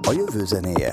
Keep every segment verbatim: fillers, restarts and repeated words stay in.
A jövő zenéje.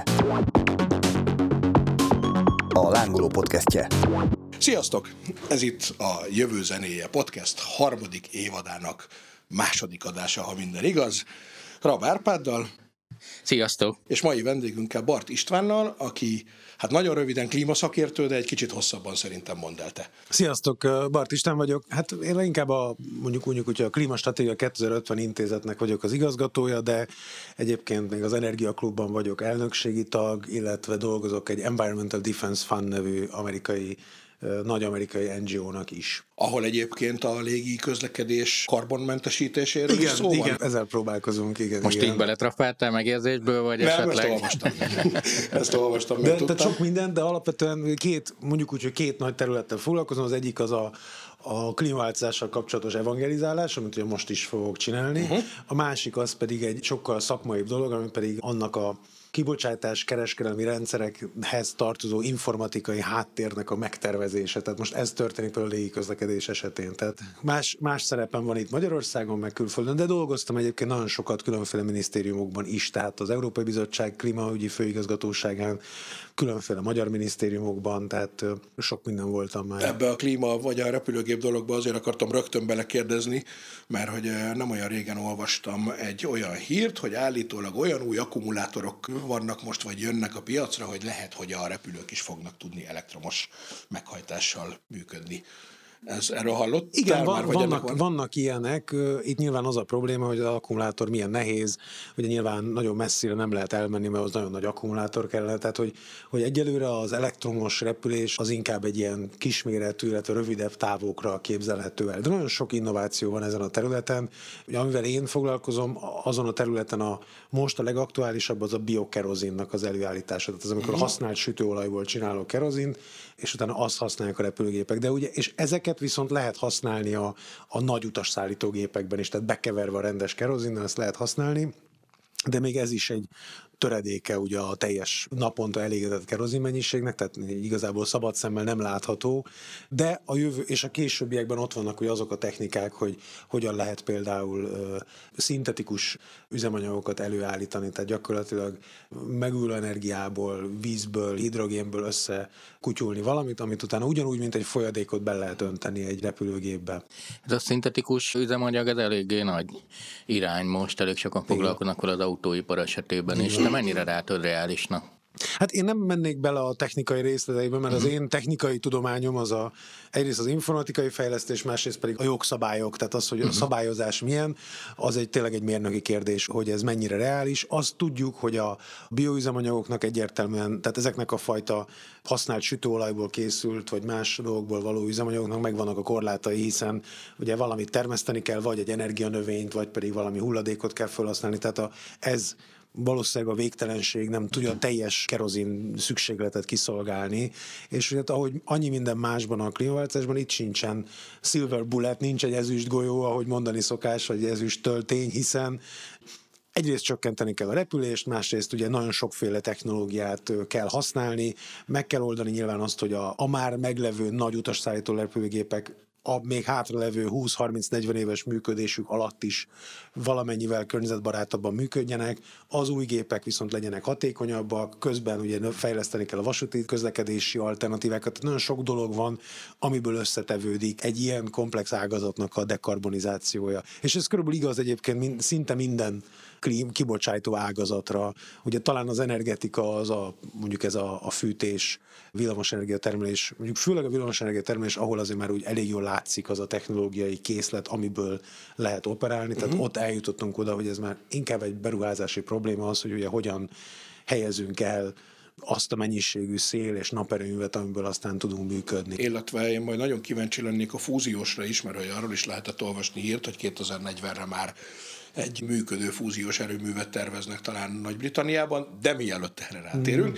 A Lángoló podcastje. Sziasztok! Ez itt a Jövő zenéje podcast harmadik évadának második adása, ha minden igaz. Rab Árpáddal. Sziasztok! És mai vendégünkkel Bart Istvánnal, aki hát nagyon röviden klímaszakértő, de egy kicsit hosszabban szerintem mondd el te. Sziasztok, Bart István vagyok. Hát én inkább a, mondjuk úgy, hogy a Klímastratégia kétezer-ötven intézetnek vagyok az igazgatója, de egyébként még az Energiaklubban vagyok elnökségi tag, illetve dolgozok egy Environmental Defense Fund nevű amerikai nagy amerikai en gé ó-nak is. Ahol egyébként a légi közlekedés karbonmentesítéséről igen, is szó igen, van. ezzel próbálkozunk, igen. Most igen. így beletrafáltál megérzésből, vagy Nem, esetleg? ezt olvastam. ezt olvastam, de, mert de csak minden, de alapvetően két, mondjuk úgy, hogy két nagy területtel foglalkozom. Az egyik az a a klímaváltozással kapcsolatos evangelizálás, amit ugye most is fogok csinálni. Uh-huh. A másik az pedig egy sokkal szakmaibb dolog, ami pedig annak a kibocsátás kereskedelmi rendszerekhez tartozó informatikai háttérnek a megtervezése. Tehát most ez történik például a légiközlekedés esetén. Tehát más, más szerepen van itt Magyarországon, meg külföldön, de dolgoztam egyébként nagyon sokat különféle minisztériumokban is, tehát az Európai Bizottság klímaügyi főigazgatóságán, különféle magyar minisztériumokban, tehát sok minden voltam már. Ebbe a klíma vagy a repülőgép dologba azért akartam rögtön belekérdezni, mert hogy nem olyan régen olvastam egy olyan hírt, hogy állítólag olyan új akkumulátorok vannak most, vagy jönnek a piacra, hogy lehet, hogy a repülők is fognak tudni elektromos meghajtással működni. Ez, erről hallottál Igen, van, már, vagy vannak, van? vannak ilyenek. Itt nyilván az a probléma, hogy az akkumulátor milyen nehéz, ugye nyilván nagyon messzire nem lehet elmenni, mert az nagyon nagy akkumulátor kellene. Tehát, hogy, hogy egyelőre az elektromos repülés az inkább egy ilyen kisméretű, illetve rövidebb távokra képzelhető el. De nagyon sok innováció van ezen a területen. Ugye, amivel én foglalkozom, azon a területen a most a legaktuálisabb az a biokerozinnak az előállítása. Tehát az, amikor mm. használt sütőolajból csinálok kerozint, és utána azt használják a repülőgépek. De ugye, és ezeket viszont lehet használni a, a nagy utasszállítógépekben is, tehát bekeverve a rendes kerozinnal ezt lehet használni, de még ez is egy töredéke ugye a teljes naponta elégedett kerozinmennyiségnek, tehát igazából szabad szemmel nem látható, de a jövő és a későbbiekben ott vannak ugye azok a technikák, hogy hogyan lehet például uh, szintetikus üzemanyagokat előállítani, tehát gyakorlatilag megújuló energiából, vízből, hidrogénből összekutyulni valamit, amit utána ugyanúgy, mint egy folyadékot be lehet önteni egy repülőgépbe. Ez a szintetikus üzemanyag, ez eléggé nagy irány most, elég sokan foglalkoznak az autóipar esetében is. De mennyire látod reálisnak? Hát én nem mennék bele a technikai részleteibe, mert az én technikai tudományom az a, egyrészt az informatikai fejlesztés, másrészt pedig a jogszabályok, tehát az, hogy a szabályozás milyen, az egy tényleg egy mérnöki kérdés, hogy ez mennyire reális. Azt tudjuk, hogy a bioüzemanyagoknak egyértelműen, tehát ezeknek a fajta használt sütőolajból készült, vagy más dolgokból való üzemanyagoknak megvannak a korlátai, hiszen ugye valamit termeszteni kell, vagy egy energianövényt, vagy pedig valami hulladékot kell felhasználni, tehát a, ez valószínűleg a végtelenség nem tudja a teljes kerozin szükségletet kiszolgálni, és ugye, ahogy annyi minden másban a klímaváltozásban, itt sincsen silver bullet, nincs egy ezüst golyó, ahogy mondani szokás, vagy ezüst töltény, hiszen egyrészt csökkenteni kell a repülést, másrészt ugye nagyon sokféle technológiát kell használni, meg kell oldani nyilván azt, hogy a, a már meglevő nagy utasszállító repülőgépek a még hátralevő húsz-harminc-negyven éves működésük alatt is valamennyivel környezetbarátabban működjenek, az új gépek viszont legyenek hatékonyabbak, közben ugye fejleszteni kell a vasúti közlekedési alternatívákat, nagyon sok dolog van, amiből összetevődik egy ilyen komplex ágazatnak a dekarbonizációja. És ez körülbelül igaz egyébként mind, szinte minden klím, kibocsátó ágazatra. Ugye talán az energetika az a, mondjuk ez a, a fűtés, villamosenergia termelés, mondjuk főleg a villamosenergia termelés, ahol azért már úgy elég jól látszik az a technológiai készlet, amiből lehet operálni. Tehát uh-huh. ott eljutottunk oda, hogy ez már inkább egy beruházási probléma az, hogy ugye hogyan helyezünk el azt a mennyiségű szél és naperőművet, amiből aztán tudunk működni. Illetve én majd nagyon kíváncsi lennék a fúziósra is, mert hogy arról is lehetett olvasni hírt, hogy kétezer-negyvenre már egy működő fúziós erőművet terveznek talán Nagy-Britanniában, de mielőtt erre rátérünk,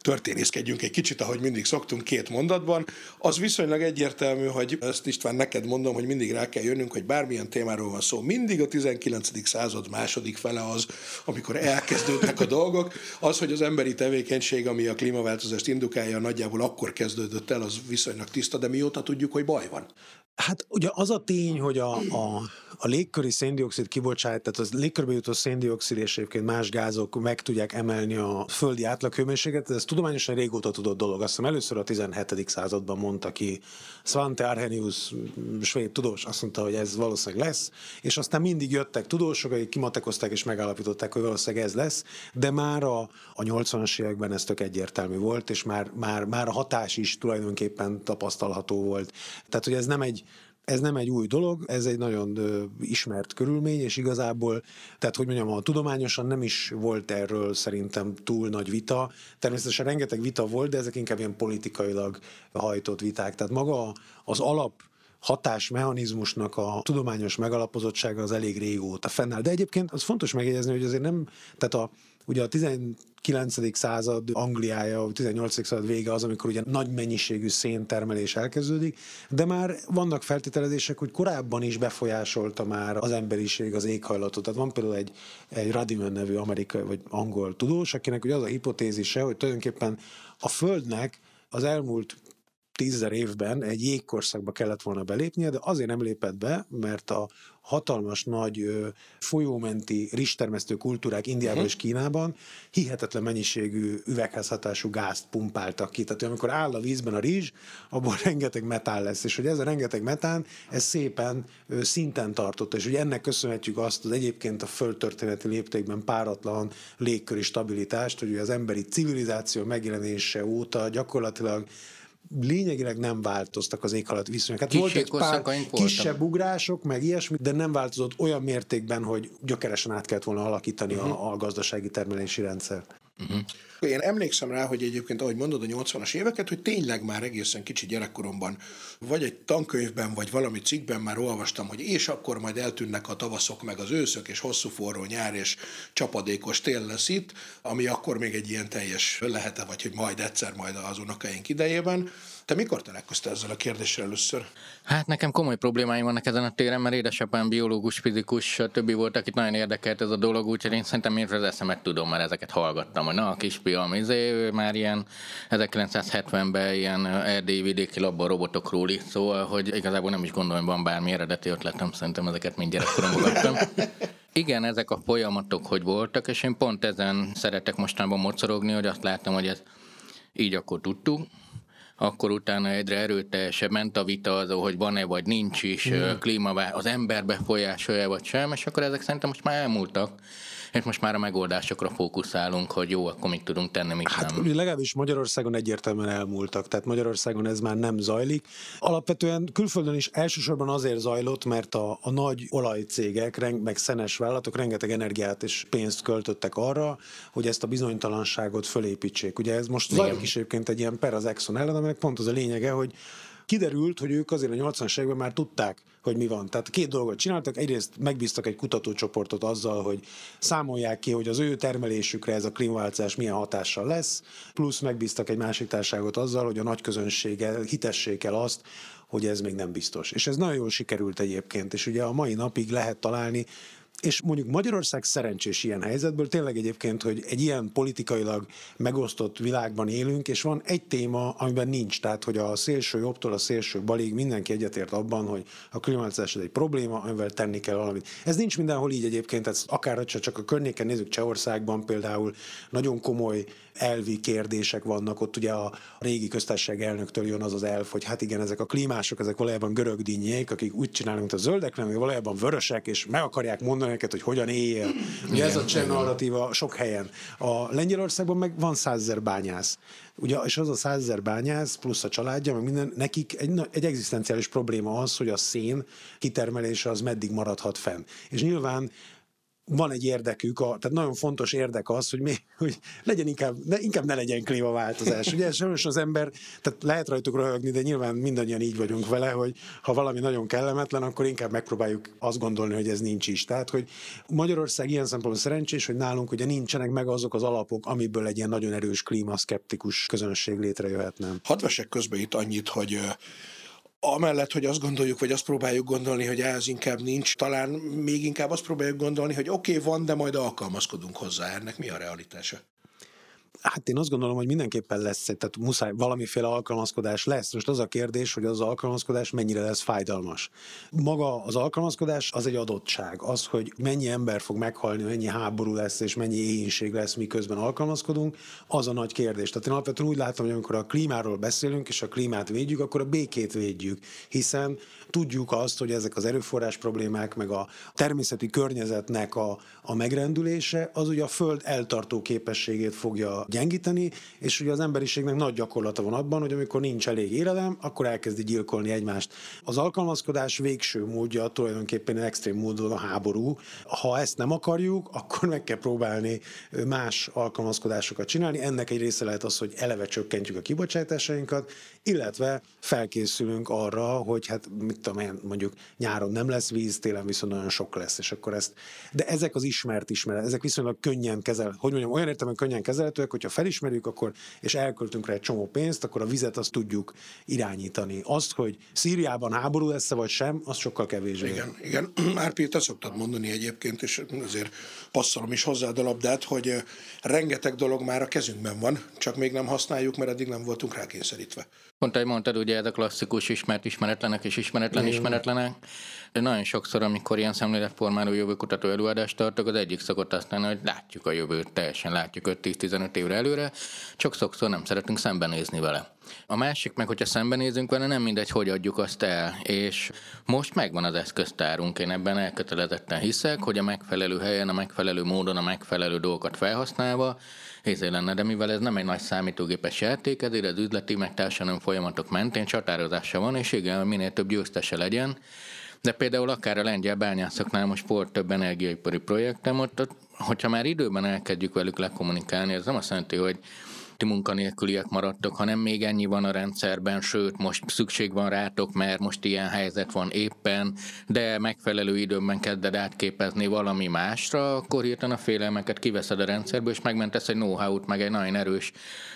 történészkedjünk egy kicsit, ahogy mindig szoktunk, két mondatban. Az viszonylag egyértelmű, hogy ezt István neked mondom, hogy mindig rá kell jönnünk, hogy bármilyen témáról van szó. Mindig a tizenkilencedik század második fele az, amikor elkezdődnek a dolgok. Az, hogy az emberi tevékenység, ami a klímaváltozást indukálja, nagyjából akkor kezdődött el, az viszonylag tiszta, de mióta tudjuk, hogy baj van? Hát ugye az a tény, hogy a, a, a légköri széndioxid kibocsát, tehát a légkörbe jutó széndioxid és egyébként más gázok meg tudják emelni a földi átlaghőmérsékletet, ez tudományosan régóta tudott dolog. Azt hiszem először a tizenhetedik században mondta ki Svante Arrhenius, svéd tudós, azt mondta, hogy ez valószínűleg lesz, és aztán mindig jöttek tudósok, akik kimatekozták és megállapították, hogy valószínűleg ez lesz, de már a, a nyolcvanas években ez tök egyértelmű volt, és már, már, már a hatás is tulajdonképpen tapasztalható volt. Tehát, hogy ez nem egy Ez nem egy új dolog, ez egy nagyon ö, ismert körülmény, és igazából, tehát hogy mondjam, a tudományosan nem is volt erről szerintem túl nagy vita. Természetesen rengeteg vita volt, de ezek inkább ilyen politikailag hajtott viták. Tehát maga az alap hatásmechanizmusnak a tudományos megalapozottsága az elég régóta fennáll. De egyébként az fontos megjegyezni, hogy azért nem, tehát a, ugye a tizenkilencedik század Angliája, a tizennyolcadik század vége az, amikor ugye nagy mennyiségű széntermelés elkezdődik, de már vannak feltételezések, hogy korábban is befolyásolta már az emberiség az éghajlatot. Tehát van például egy, egy Radiman nevű amerikai vagy angol tudós, akinek ugye az a hipotézise, hogy tulajdonképpen a Földnek az elmúlt tízezer évben egy jégkorszakba kellett volna belépnie, de azért nem lépett be, mert a hatalmas nagy ö, folyómenti rizstermesztő kultúrák Indiában uh-huh. és Kínában hihetetlen mennyiségű üvegházhatású gázt pumpáltak ki. Tehát amikor áll a vízben a rizs, abból rengeteg metán lesz, és hogy ez a rengeteg metán, ez szépen ö, szinten tartott, és hogy ennek köszönhetjük azt az egyébként a földtörténeti léptékben páratlan légköri stabilitást, hogy az emberi civilizáció megjelenése óta gyakorlatilag lényegileg nem változtak az éghajlat viszonyok. Hát volt egy pár kisebb ugrások, meg ilyesmi, de nem változott olyan mértékben, hogy gyökeresen át kellett volna alakítani uh-huh. a, a gazdasági termelési rendszert. Uh-huh. Én emlékszem rá, hogy egyébként, ahogy mondod, a nyolcvanas éveket, hogy tényleg már egészen kicsi gyerekkoromban, vagy egy tankönyvben, vagy valami cikkben már olvastam, hogy és akkor majd eltűnnek a tavaszok, meg az őszök, és hosszú forró nyár, és csapadékos tél lesz itt, ami akkor még egy ilyen teljes lehete, vagy hogy majd egyszer, majd az unokáink idejében. Te mikor találkoztál ezzel a kérdéssel először? Hát nekem komoly problémáim vannak ezen a téren, mert édesapám biológus, fizikus, többi volt, akit nagyon érdekelt ez a dolog, úgyhogy én szerintem én az eszemet tudom, mert ezeket hallgattam, hogy na, a kisfiam, izé, ő már ilyen ezerkilencszázhetvenben ilyen erdélyi vidéki labban robotokról írt, szóval, hogy igazából nem is gondolom, hogy van bármi eredeti ötletem, szerintem ezeket mind gyerekkoromban kaptam. Igen, ezek a folyamatok, hogy voltak, és én pont ezen szeretek mostanában mocorogni, hogy azt láttam, hogy ez így akkor tudtuk. Akkor utána egyre erőteljesebb ment a vita az, hogy van-e vagy nincs is mm. klímaváltozás, az ember befolyásolja vagy sem, és akkor ezek szerintem most már elmúltak, és most már a megoldásokra fókuszálunk, hogy jó, akkor mit tudunk tenni, mit hát, nem. Legalábbis Magyarországon egyértelműen elmúltak, tehát Magyarországon ez már nem zajlik. Alapvetően külföldön is elsősorban azért zajlott, mert a, a nagy olajcégek, meg szenes vállalatok rengeteg energiát és pénzt költöttek arra, hogy ezt a bizonytalanságot fölépítsék. Ugye ez most zajlik is egyébként egy ilyen per az Exxon ellen, aminek pont az a lényege, hogy kiderült, hogy ők azért a nyolcvanas években már tudták, hogy mi van. Tehát két dolgot csináltak. Egyrészt megbíztak egy kutatócsoportot azzal, hogy számolják ki, hogy az ő termelésükre ez a klímaváltozás milyen hatással lesz, plusz megbíztak egy másik társaságot azzal, hogy a nagy közönséggel hitessék el azt, hogy ez még nem biztos. És ez nagyon jól sikerült egyébként, és ugye a mai napig lehet találni, és mondjuk Magyarország szerencsés ilyen helyzetből, tényleg egyébként, hogy egy ilyen politikailag megosztott világban élünk, és van egy téma, amiben nincs, tehát hogy a szélső jobbtól a szélső balig mindenki egyetért abban, hogy a klímaváltozás egy probléma, amivel tenni kell valamit. Ez nincs mindenhol így egyébként, tehát akár csak a környéken nézzük, Csehországban például nagyon komoly elvi kérdések vannak, ott ugye a régi köztársaság elnöktől jön az az elv, hogy hát igen, ezek a klímások, ezek valójában görögdínyék, akik úgy csinálnak, mint a zöldek, nem, valójában vörösek, és meg akarják mondani neked, hogy hogyan éljél. Ugye ez a cseh narratíva sok helyen. A Lengyelországban meg van százezer bányász. Ugye, és az a százezer bányász, plusz a családja, meg minden, nekik egy, egy egzisztenciális probléma az, hogy a szén kitermelése az meddig maradhat fenn. És nyilván van egy érdekük, a, tehát nagyon fontos érdek az, hogy, mi, hogy legyen inkább, ne, inkább ne legyen klímaváltozás. Ugye sajnos az ember, tehát lehet rajtuk röhögni, de nyilván mindannyian így vagyunk vele, hogy ha valami nagyon kellemetlen, akkor inkább megpróbáljuk azt gondolni, hogy ez nincs is. Tehát, hogy Magyarország ilyen szempontból szerencsés, hogy nálunk ugye nincsenek meg azok az alapok, amiből egy ilyen nagyon erős klímaszkeptikus közönség létrejöhetne. Hadd vessek közbe itt annyit, hogy amellett, hogy azt gondoljuk, vagy azt próbáljuk gondolni, hogy ez inkább nincs, talán még inkább azt próbáljuk gondolni, hogy oké, okay, van, de majd alkalmazkodunk hozzá. Ennek mi a realitása? Hát én azt gondolom, hogy mindenképpen lesz, tehát muszáj, valamiféle alkalmazkodás lesz. Most az a kérdés, hogy az alkalmazkodás mennyire lesz fájdalmas. Maga az alkalmazkodás az egy adottság. Az, hogy mennyi ember fog meghalni, mennyi háború lesz, és mennyi éhínség lesz, miközben alkalmazkodunk, az a nagy kérdés. Tehát én alapvetően úgy látom, hogy amikor a klímáról beszélünk, és a klímát védjük, akkor a békét védjük, hiszen tudjuk azt, hogy ezek az erőforrás problémák, meg a természeti környezetnek a, a megrendülése, az ugye a Föld eltartó képességét fogja gyengíteni, és ugye az emberiségnek nagy gyakorlata van abban, hogy amikor nincs elég élelem, akkor elkezdi gyilkolni egymást. Az alkalmazkodás végső módja tulajdonképpen extrém módon a háború. Ha ezt nem akarjuk, akkor meg kell próbálni más alkalmazkodásokat csinálni. Ennek egy része lehet az, hogy eleve csökkentjük a kibocsátásainkat, illetve felkészülünk arra, hogy hát mit tudom én, mondjuk nyáron nem lesz víz, télen viszont nagyon sok lesz, és akkor ezt. De ezek az ismert ismeret, ezek viszonylag könnyen kezel, hogy mondjam, olyan értelemben könnyen kezelhetőek, hogyha felismerjük, akkor és elköltünk rá egy csomó pénzt, akkor a vizet azt tudjuk irányítani. Azt, hogy Szíriában háború lesz-e vagy sem, az sokkal kevésbé. Igen, igen. Árpi, te szoktad mondani egyébként, és azért passzolom is hozzád a labdát, hogy rengeteg dolog már a kezünkben van, csak még nem használjuk, mert eddig nem voltunk rákényszerítve. Pont, ahogy mondtad, ugye ez a klasszikus ismert ismeretlenek és ismeretlen Igen. ismeretlenek. De nagyon sokszor, amikor ilyen szemléletformáló jövőkutató előadást tartok, az egyik szokott azt lenni, hogy látjuk a jövőt, teljesen látjuk öt-tíz-tizenöt évre előre, csak sokszor nem szeretünk szembenézni vele. A másik meg, hogyha szembenézünk vele, nem mindegy, hogy adjuk azt el, és most megvan az eszköztárunk, én ebben elkötelezetten hiszek, hogy a megfelelő helyen, a megfelelő módon, a megfelelő dolgokat felhasználva, ezért lenne, de mivel ez nem egy nagy számítógépes játék, ezért az üzleti meg társadalmi folyamatok mentén csatározása van, és igen, minél több győztese legyen. De például akár a lengyel bányászoknál most volt több energiaipari projektem, ott, hogyha már időben elkezdjük velük lekommunikálni, ez nem azt jelenti, hogy ti munkanélküliek maradtok, hanem még ennyi van a rendszerben, sőt, most szükség van rátok, mert most ilyen helyzet van éppen, de megfelelő időben kezded átképezni valami másra, akkor hirtelen a félelmeket kiveszed a rendszerből, és megmentesz egy know-how-t, meg egy nagyon erős,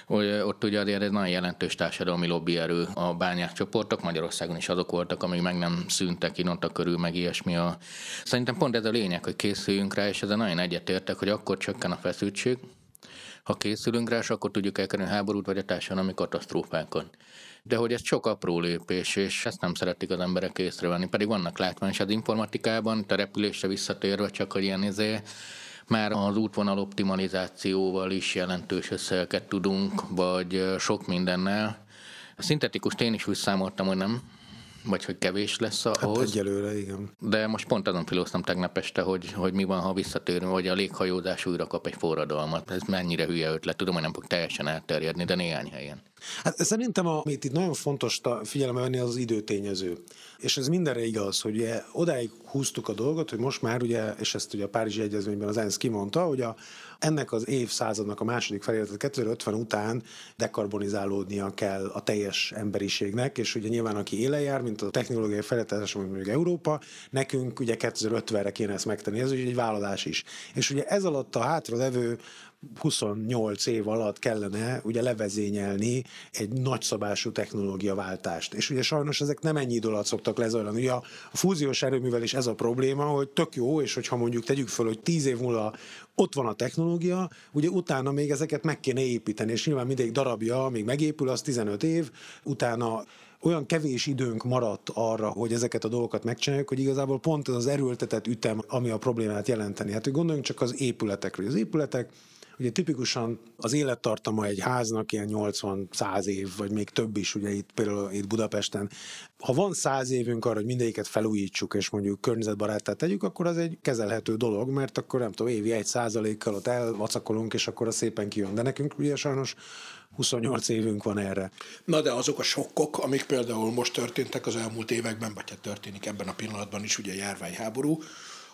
ott ugye azért ez nagyon jelentős társadalmi lobbyerő a bányák csoportok, Magyarországon is azok voltak, amik meg nem szűntek inottak körül, meg ilyesmi. A... Szerintem pont ez a lényeg, hogy készüljünk rá, és ezzel nagyon egyetértek, hogy akkor csökken a feszültség, ha készülünk rá, és akkor tudjuk elkerülni a háborút vagy a társadalmi katasztrófákat. De hogy ez sok apró lépés, és ezt nem szeretik az emberek észrevenni, pedig vannak látványos az informatikában, a repülésre visszatérve, csak hogy ilyen izé, már az útvonal optimalizációval is jelentős összegeket tudunk, vagy sok mindennel. A szintetikust én is úgy számoltam, hogy nem, vagy hogy kevés lesz ahhoz. Hát egyelőre, igen. De most pont azon filóztam tegnap este, hogy, hogy mi van, ha visszatérünk, hogy a léghajózás újra kap egy forradalmat. Ez mennyire hülye ötlet, tudom, hogy nem fog teljesen elterjedni, de néhány helyen. Hát szerintem, amit itt nagyon fontos figyelembe venni, az az időtényező. És ez mindenre igaz, hogy ugye odáig húztuk a dolgot, hogy most már ugye, és ezt ugye a Párizsi Egyezményben az ENSZ kimondta, hogy a, ennek az évszázadnak a második felé, tehát kétezer-ötven után dekarbonizálódnia kell a teljes emberiségnek, és ugye nyilván aki élen jár, mint a technológiai fejlesztés, mint mondjuk Európa, nekünk ugye kétezer-ötvenre kéne ezt megtenni, ez ugye egy vállalás is. És ugye ez alatt a hátralevő huszonnyolc év alatt kellene ugye levezényelni egy nagyszabású technológiaváltást. És ugye sajnos ezek nem ennyi idő alatt szoktak lezajlani. Ugye a fúziós erőművel is ez a probléma, hogy tök jó, és hogyha mondjuk tegyük föl, hogy tíz év múlva ott van a technológia, ugye utána még ezeket meg kéne építeni, és nyilván mindegy darabja, amíg megépül, az tizenöt év, utána olyan kevés időnk maradt arra, hogy ezeket a dolgokat megcsináljuk, hogy igazából pont ez az erőltetett ütem, ami a problémát jelenteni. Hát, hogy gondoljunk csak az épületekről. Az épületek ugye tipikusan az élettartama egy háznak ilyen nyolcvan-száz év, vagy még több is, ugye itt például itt Budapesten. Ha van száz évünk arra, hogy mindegyiket felújítsuk, és mondjuk környezetbaráttá tegyük, akkor az egy kezelhető dolog, mert akkor nem tudom, évi egy százalékkal ott elvacakolunk, és akkor az szépen kijön. De nekünk ugye sajnos huszonnyolc évünk van erre. Na de azok a sokkok, amik például most történtek az elmúlt években, vagy hát történik ebben a pillanatban is, ugye járványháború,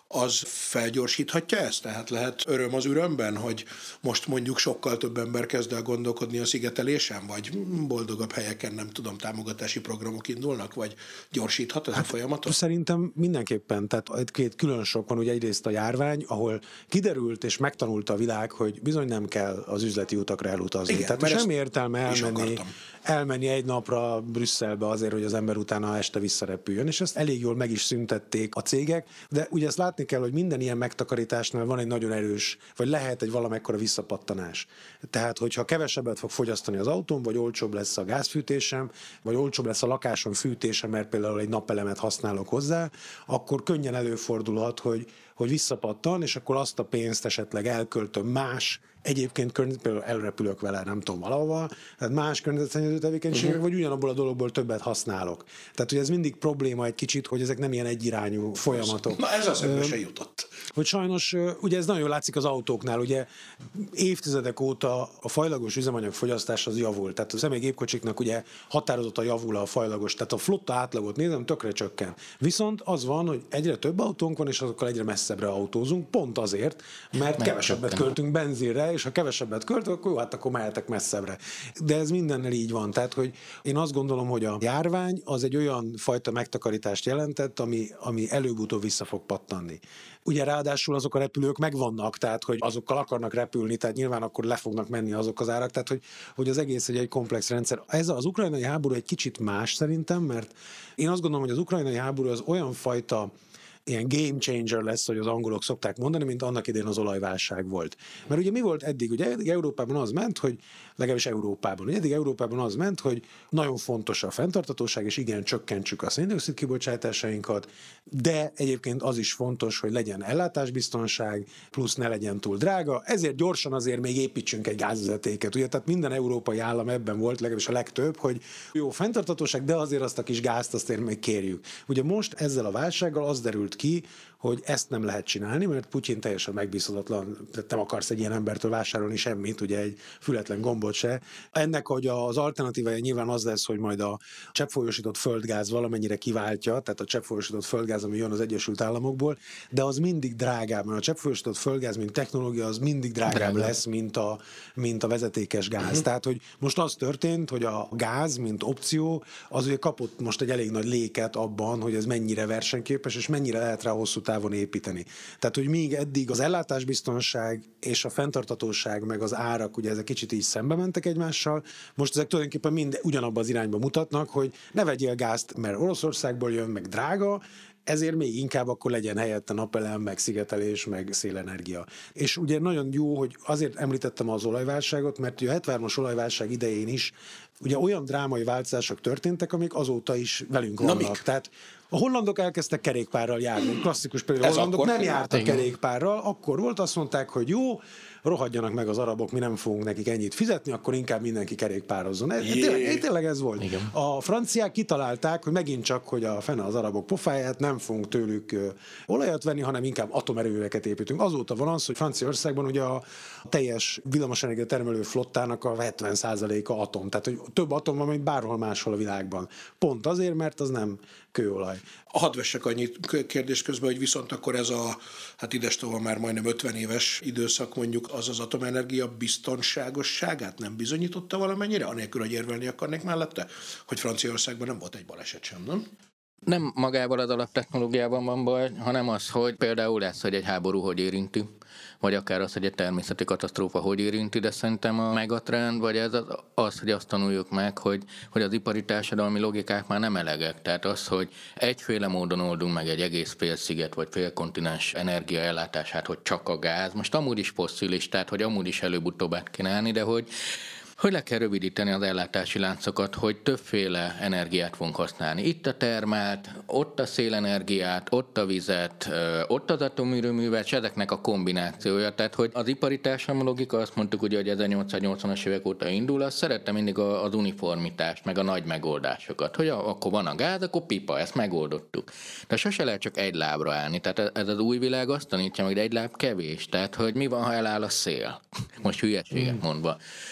az felgyorsíthatja ezt? Tehát lehet öröm az ürömben, hogy most mondjuk sokkal több ember kezd el gondolkodni a szigetelésen, vagy boldogabb helyeken, nem tudom, támogatási programok indulnak, vagy gyorsíthat ez hát, a folyamatot? Szerintem mindenképpen, tehát két külön sok van, ugye egyrészt a járvány, ahol kiderült és megtanulta a világ, hogy bizony nem kell az üzleti utakra elutazni. Igen, tehát semmi értelme elmenni, elmenni egy napra Brüsszelbe azért, hogy az ember utána este visszarepüljön, és ezt elég jól meg is szüntették a cégek, de ugye ezt látni kell, hogy minden ilyen megtakarításnál van egy nagyon erős, vagy lehet egy valamekkora visszapattanás. Tehát, hogyha kevesebbet fog fogyasztani az autóm, vagy olcsóbb lesz a gázfűtésem, vagy olcsóbb lesz a lakásom fűtése, mert például egy napelemet használok hozzá, akkor könnyen előfordulhat, hogy, hogy visszapattan, és akkor azt a pénzt esetleg elköltöm más, egyébként például elrepülök vele, nem tudom, valahova, tehát más környezetszennyező tevékenységek, uh-huh. vagy ugyanabból a dologból többet használok. Tehát, hogy ez mindig probléma egy kicsit, hogy ezek nem ilyen egyirányú folyamatok. Na ez az eszembe se jutott. Hogy sajnos, ugye ez nagyon jól látszik az autóknál, ugye évtizedek óta a fajlagos üzemanyag fogyasztás az javult. Tehát a személygépkocsiknak ugye határozottan javul a fajlagos, tehát a flotta átlagot nézem, tökre csökken. Viszont az van, hogy egyre több autónk van, és azokkal egyre messzebbre autózunk, pont azért, mert Meg kevesebbet csökken. költünk benzinre, és ha kevesebbet költök, akkor jó, hát akkor mehetek messzebbre. De ez mindennel így van. Tehát, hogy én azt gondolom, hogy a járvány az egy olyan fajta megtakarítást jelentett, ami, ami előbb-utóbb vissza fog pattanni. Ugye ráadásul azok a repülők megvannak, tehát hogy azokkal akarnak repülni, tehát nyilván akkor le fognak menni azok az árak, tehát hogy, hogy az egész egy, egy komplex rendszer. Ez az ukrajnai háború egy kicsit más szerintem, mert én azt gondolom, hogy az ukrajnai háború az olyan fajta ilyen game changer lesz, hogy az angolok szokták mondani, mint annak idején az olajválság volt. Mert ugye mi volt eddig? Ugye eddig Európában az ment, hogy legalábbis Európában. Ugye eddig Európában az ment, hogy nagyon fontos a fenntarthatóság, és igen, csökkentsük a szén-dioxid kibocsátásainkat, de egyébként az is fontos, hogy legyen ellátásbiztonság, plusz ne legyen túl drága, ezért gyorsan azért még építsünk egy gázvezetéket. Ugye, tehát minden európai állam ebben volt, legalábbis a legtöbb, hogy jó fenntarthatóság, de azért azt a kis gázt azt még kérjük. Ugye most ezzel a válsággal az derült ki, hogy ezt nem lehet csinálni, mert Putyin teljesen megbízhatatlan, nem akarsz egy ilyen embertől vásárolni semmit, ugye egy fületlen gombot se. Ennek, hogy az alternatívája nyilván az lesz, hogy majd a cseppfolyósított földgáz valamennyire kiváltja, tehát a cseppfolyósított földgáz, ami jön az Egyesült Államokból, de az mindig drágább, mert a cseppfolyósított földgáz, mint technológia, az mindig drágább Drága. lesz, mint a, mint a vezetékes gáz. Uh-huh. Tehát, hogy most az történt, hogy a gáz, mint opció, az ugye kapott most egy elég nagy léket abban, hogy ez mennyire versenyképes, és mennyire lehet rá hosszú távon építeni. Tehát, hogy még eddig az ellátásbiztonság és a fenntarthatóság meg az árak, ugye ezek kicsit így szembe mentek egymással, most ezek tulajdonképpen mind ugyanabba az irányba mutatnak, hogy ne vegyél gázt, mert Oroszországból jön, meg drága, ezért még inkább akkor legyen helyette napelem, meg szigetelés, meg szélenergia. És ugye nagyon jó, hogy azért említettem az olajválságot, mert a hetvenhármas olajválság idején is ugye olyan drámai változások történtek, amik azóta is velünk vannak. Na, tehát a hollandok elkezdtek kerékpárral járni. Klasszikus például, a hollandok nem jártak igen. kerékpárral, akkor volt, azt mondták, hogy jó, rohadjanak meg az arabok, mi nem fogunk nekik ennyit fizetni, akkor inkább mindenki kerékpározzon. Tényleg, tényleg ez volt. Igen. A franciák kitalálták, hogy megint csak, hogy a fene az arabok pofáját, nem fogunk tőlük ö, olajat venni, hanem inkább atomerőműveket építünk. Azóta van az, hogy Franciaországban ugye a teljes villamosenergia termelő flottának a hetven százaléka atom. Tehát, hogy több atom van, mint bárhol máshol a világban. Pont azért, mert az nem kőolaj. Hadd vessek annyit kérdés közben, hogy viszont akkor ez a, hát idestova már majdnem ötven éves időszak mondjuk, az az atomenergia biztonságosságát nem bizonyította valamennyire, anélkül, hogy érvelni akarnék mellette, hogy Franciaországban nem volt egy baleset sem, nem? Nem magával az alaptechnológiában van baj, hanem az, hogy például lesz, hogy egy háború hogy érinti, vagy akár az, hogy egy természeti katasztrófa hogy érinti, de szerintem a megatrend, vagy ez az, az, hogy azt tanuljuk meg, hogy, hogy az ipari társadalmi logikák már nem elegek. Tehát az, hogy egyféle módon oldunk meg egy egész félsziget, vagy félkontinens energiaellátását, hogy csak a gáz, most amúgy is fosszilis, tehát hogy amúgy is előbb-utóbb át kéne állni, de hogy hogy le kell rövidíteni az ellátási láncokat, hogy többféle energiát fogunk használni. Itt a termált, ott a szélenergiát, ott a vizet, ott az atomerőművet, és ezeknek a kombinációja. Tehát, hogy az ipari társadalmi logika, azt mondtuk ugye, hogy ezernyolcszáznyolcvanas évek óta indul, azt szerette mindig az uniformitást, meg a nagy megoldásokat. Hogy akkor van a gáz, akkor pipa, ezt megoldottuk. De sose lehet csak egy lábra állni. Tehát ez az új világ azt tanítja, hogy egy láb kevés. Tehát, hogy mi van, ha eláll a szél? Most hülyeséget mondva. Nem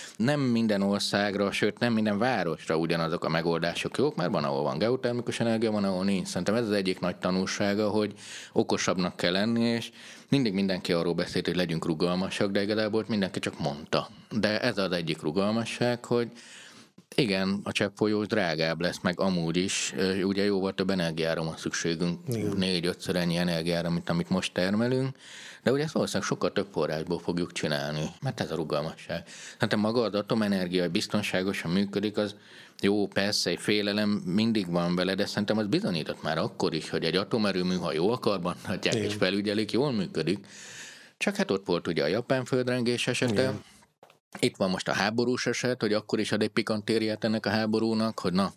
minden országra, sőt nem minden városra ugyanazok a megoldások jók, mert van, ahol van geotermikus energia, van, ahol nincs. Szerintem ez az egyik nagy tanulsága, hogy okosabbnak kell lenni, és mindig mindenki arról beszélt, hogy legyünk rugalmasak, de igazából mindenki csak mondta. De ez az egyik rugalmasság, hogy igen, a cseppfolyós drágább lesz, meg amúgy is, ugye jóval több energiára van szükségünk, négy-ötször ennyi energiára, mint amit most termelünk, de ugye ezt valószínűleg sokkal több forrásból fogjuk csinálni, mert ez a rugalmasság. Hát maga az atomenergia biztonságosan működik, az jó, persze, egy félelem mindig van vele, de szerintem az bizonyított már akkor is, hogy egy atomerőmű, ha jól karbantartják és felügyelik, jól működik. Csak hát ott volt ugye a japán földrengés esete, igen. Itt van most a háborús eset, hogy akkor is ad egy pikantériát ennek a háborúnak, hogy na.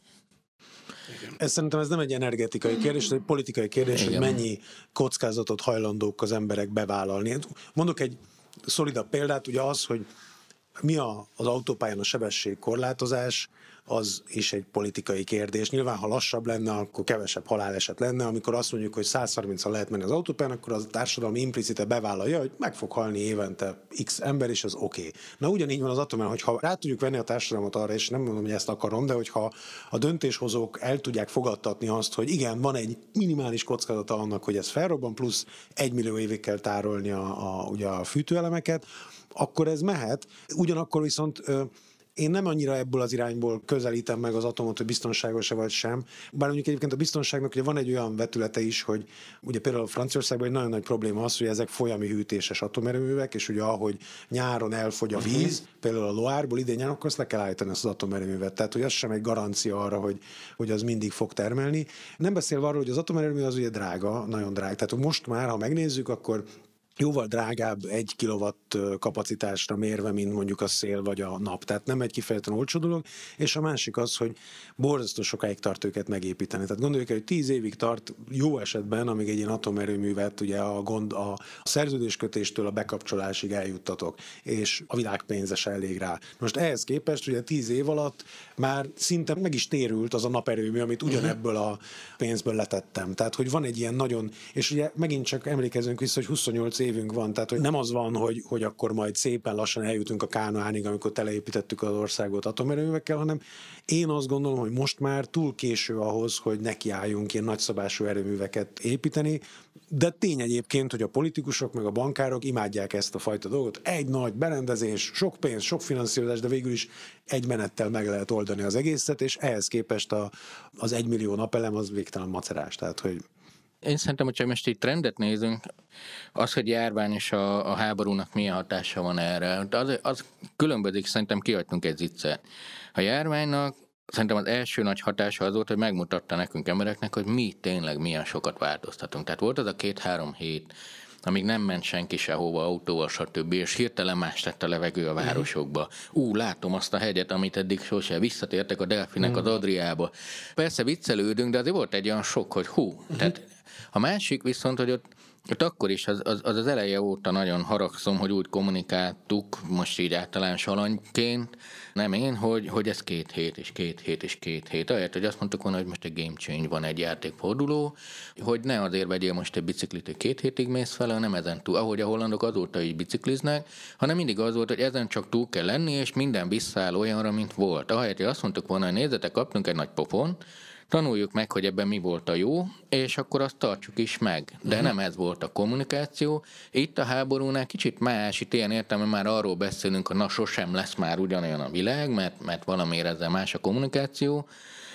Ez szerintem ez nem egy energetikai kérdés, ez egy politikai kérdés, igen. Hogy mennyi kockázatot hajlandók az emberek bevállalni. Mondok egy szolidabb példát, ugye az, hogy mi a, az autópályán a sebességkorlátozás, az is egy politikai kérdés. Nyilván, ha lassabb lenne, akkor kevesebb haláleset lenne. Amikor azt mondjuk, hogy száz harminccal lehet menni az autópályán, akkor az a társadalom implicite bevállalja, hogy meg fog halni évente x ember, és az oké. Okay. Na ugyanígy van az atomen, hogyha rá tudjuk venni a társadalmat arra, és nem mondom, hogy ezt akarom, de hogyha a döntéshozók el tudják fogadtatni azt, hogy igen, van egy minimális kockázata annak, hogy ez felrobban, plusz egy millió évig kell tárolni a, a, ugye a fűtőelemeket, akkor ez mehet. Ugyanakkor viszont én nem annyira ebből az irányból közelítem meg az atomot, hogy biztonságos-e vagy sem. Bár mondjuk egyébként a biztonságnak ugye van egy olyan vetülete is, hogy ugye például Franciaországban egy nagyon nagy probléma az, hogy ezek folyami hűtéses atomerőművek, és ugye ahogy nyáron elfogy a víz, uh-huh. például a Loire-ból idén nyáron, akkor azt le kell állítani ezt az atomerőművet. Tehát, hogy az sem egy garancia arra, hogy, hogy az mindig fog termelni. Nem beszélve arról, hogy az atomerőmű az ugye drága, nagyon drága. Tehát most már, ha megnézzük, akkor jóval drágább egy kilowatt kapacitásra mérve, mint mondjuk a szél vagy a nap. Tehát nem egy kifejezetten olcsó dolog, és a másik az, hogy borzasztó sokáig tart őket megépíteni. Tehát gondoljuk el, hogy tíz évig tart jó esetben, amíg egy ilyen atomerőművet ugye a, gond, a szerződéskötéstől a bekapcsolásig eljuttatok, és a világ pénze se elég rá. Most ehhez képest ugye tíz év alatt már szinte meg is térült az a naperőmű, amit ugyanebből a pénzből letettem. Tehát, hogy van egy ilyen nagyon, és ugye megint csak emlékezünk vissza, hogy huszonnyolc évünk van, tehát hogy nem az van, hogy, hogy akkor majd szépen lassan eljutunk a Kánaánig, amikor teleépítettük az országot atomerőművekkel, hanem én azt gondolom, hogy most már túl késő ahhoz, hogy nekiálljunk ilyen nagyszabású erőműveket építeni, de tény egyébként, hogy a politikusok meg a bankárok imádják ezt a fajta dolgot. Egy nagy berendezés, sok pénz, sok finanszírozás, de végül is egy menettel meg lehet oldani az egészet, és ehhez képest a, az egymillió napelem az végtelen macerás. Tehát, hogy én szerintem, hogyha most így trendet nézünk, az, hogy járvány és a, a háborúnak milyen hatása van erre, az, az különbözik, szerintem kihagytunk egy ziccert. A járványnak szerintem az első nagy hatása az volt, hogy megmutatta nekünk embereknek, hogy mi tényleg milyen sokat változtatunk. Tehát volt az a két-három hét, amíg nem ment senki sehova, autóval, stb. És hirtelen más lett a levegő a városokba. Ú, látom azt a hegyet, amit eddig sose, visszatértek a delfinek az Adriába. Persze viccelődünk, de azért volt egy olyan sok, hogy hú. Tehát a másik viszont, hogy ott, ott akkor is az, az, az az eleje óta nagyon haragszom, hogy úgy kommunikáltuk, most így általános alanyként, nem én, hogy, hogy ez két hét, és két hét, és két hét. Ahelyett, hogy azt mondtuk volna, hogy most egy game change van, egy játékforduló, hogy ne azért vegyél most egy biciklit, hogy két hétig mész fel, hanem ezen túl, ahogy a hollandok azóta így bicikliznek, hanem mindig az volt, hogy ezen csak túl kell lenni, és minden visszaáll olyanra, mint volt. Ahelyett, hogy azt mondtuk volna, hogy nézzetek, kaptunk egy nagy pofon, tanuljuk meg, hogy ebben mi volt a jó, és akkor azt tartsuk is meg. De uh-huh. nem ez volt a kommunikáció. Itt a háborúnál kicsit más, itt ilyen értelme már arról beszélünk, hogy na sosem lesz már ugyanolyan a világ, mert, mert valamiért ezzel más a kommunikáció.